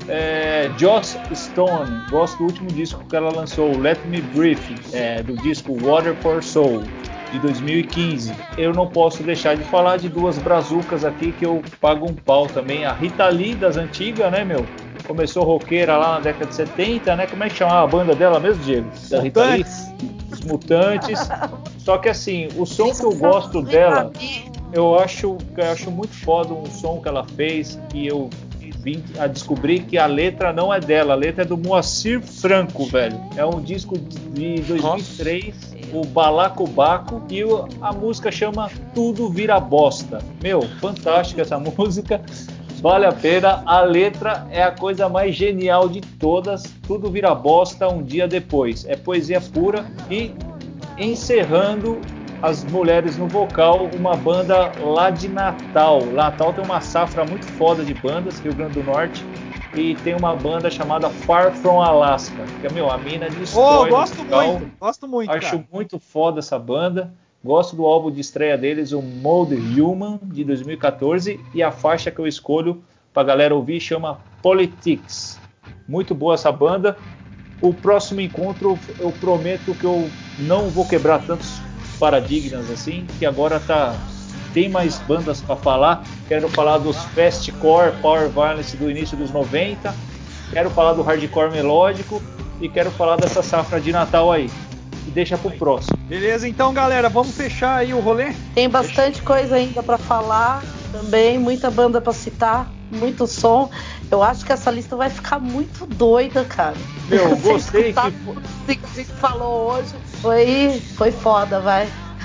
É, Joss Stone, gosto do último disco que ela lançou, Let Me Breathe, é, do disco Water for Soul, de dois mil e quinze. Eu não posso deixar de falar de duas brazucas aqui que eu pago um pau também. A Rita Lee, das antigas, né, meu? Começou roqueira lá na década de setenta, né? Como é que chamava a banda dela mesmo, Diego? Da Rita Lee? Os Mutantes. Só que assim, o som que eu gosto dela, eu acho, eu acho muito foda um som que ela fez, que eu vim a descobrir que a letra não é dela, a letra é do Moacir Franco, velho. É um disco de dois mil e três, o Balacobaco, e a música chama Tudo Vira Bosta. Meu, fantástica essa música. Vale a pena, a letra é a coisa mais genial de todas. Tudo vira bosta um dia depois. É poesia pura. E encerrando, as mulheres no vocal, uma banda lá de Natal. Natal tem uma safra muito foda de bandas, Rio Grande do Norte. E tem uma banda chamada Far From Alaska, que é, meu, a mina destrói. Oh, gosto vocal. muito, gosto muito, Acho cara. muito foda essa banda. Gosto do álbum de estreia deles, o Mold Human, de dois mil e catorze, e a faixa que eu escolho pra galera ouvir chama Politics. Muito boa essa banda. O próximo encontro eu prometo que eu não vou quebrar tantos paradigmas assim, que agora tá, tem mais bandas para falar. Quero falar dos fastcore, power violence do início dos noventa, quero falar do hardcore melódico e quero falar dessa safra de Natal aí. E deixa pro próximo. Beleza, então galera, vamos fechar aí o rolê? Tem bastante coisa ainda pra falar também, muita banda pra citar, muito som. Eu acho que essa lista vai ficar muito doida, cara. Meu, gostei que... que a gente falou hoje. Foi, foi foda, vai.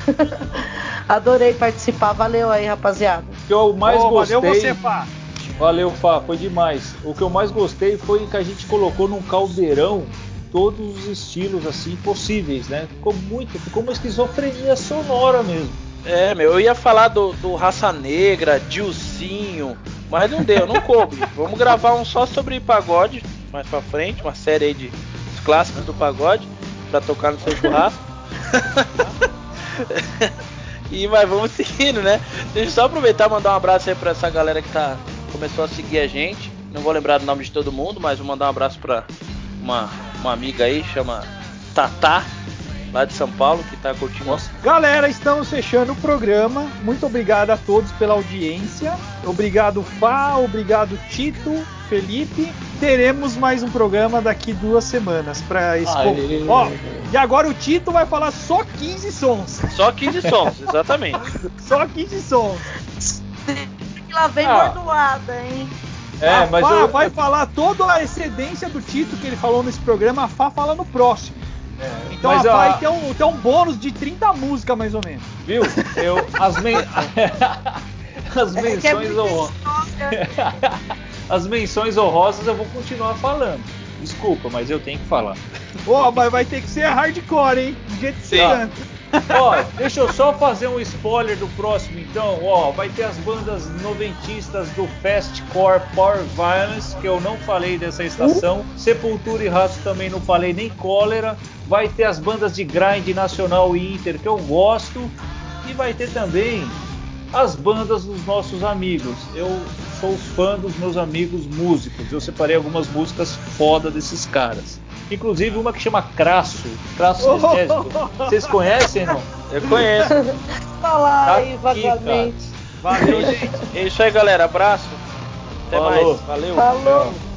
Adorei participar, valeu aí, rapaziada. O que eu mais oh, gostei... Valeu você, Fá. Valeu, Fá, foi demais. O que eu mais gostei foi que a gente colocou num caldeirão todos os estilos assim possíveis, né? Ficou muito, ficou uma esquizofrenia sonora mesmo. É, meu, eu ia falar do, do Raça Negra, Dilcinho, mas não deu, não coube. Vamos gravar um só sobre pagode mais pra frente, uma série aí de os clássicos do pagode pra tocar no seu churrasco. E mas vamos seguindo, né? Deixa eu só aproveitar e mandar um abraço aí pra essa galera que tá começou a seguir a gente. Não vou lembrar do nome de todo mundo, mas vou mandar um abraço pra uma uma amiga aí, chama Tatá, lá de São Paulo, que tá curtindo. Nossa. Galera, estamos fechando o programa. Muito obrigado a todos pela audiência. Obrigado, Fá. Obrigado, Tito, Felipe. Teremos mais um programa daqui duas semanas para expor. Ó, e agora o Tito vai falar só quinze sons. Só quinze sons, exatamente. Só quinze sons. Lá vem Ah. bordoada, hein? É, a mas Fá eu, vai eu... falar toda a excedência do Tito que ele falou nesse programa. A Fá fala no próximo. É, então mas a Fá a... vai ter um, ter um bônus de trinta músicas, mais ou menos. Viu? Eu, as, men... as menções é honrosas. As menções honrosas eu vou continuar falando. Desculpa, mas eu tenho que falar. Ó, oh, mas vai ter que ser hardcore, hein? Do jeito que você canta. Ó, deixa eu só fazer um spoiler do próximo então. Ó, vai ter as bandas noventistas do Fastcore Power Violence, que eu não falei dessa estação. Uh? Sepultura e Ratos também não falei, nem Cólera. Vai ter as bandas de grind nacional e inter que eu gosto. E vai ter também as bandas dos nossos amigos. Eu sou fã dos meus amigos músicos. Eu separei algumas músicas foda desses caras. Inclusive uma que chama Crasso. Crasso Sinestésico. Vocês conhecem, não? Eu conheço. Falar Tá aí vagamente. Valeu, gente. É isso aí, galera. Abraço. Até Falou. mais. Valeu. Falou.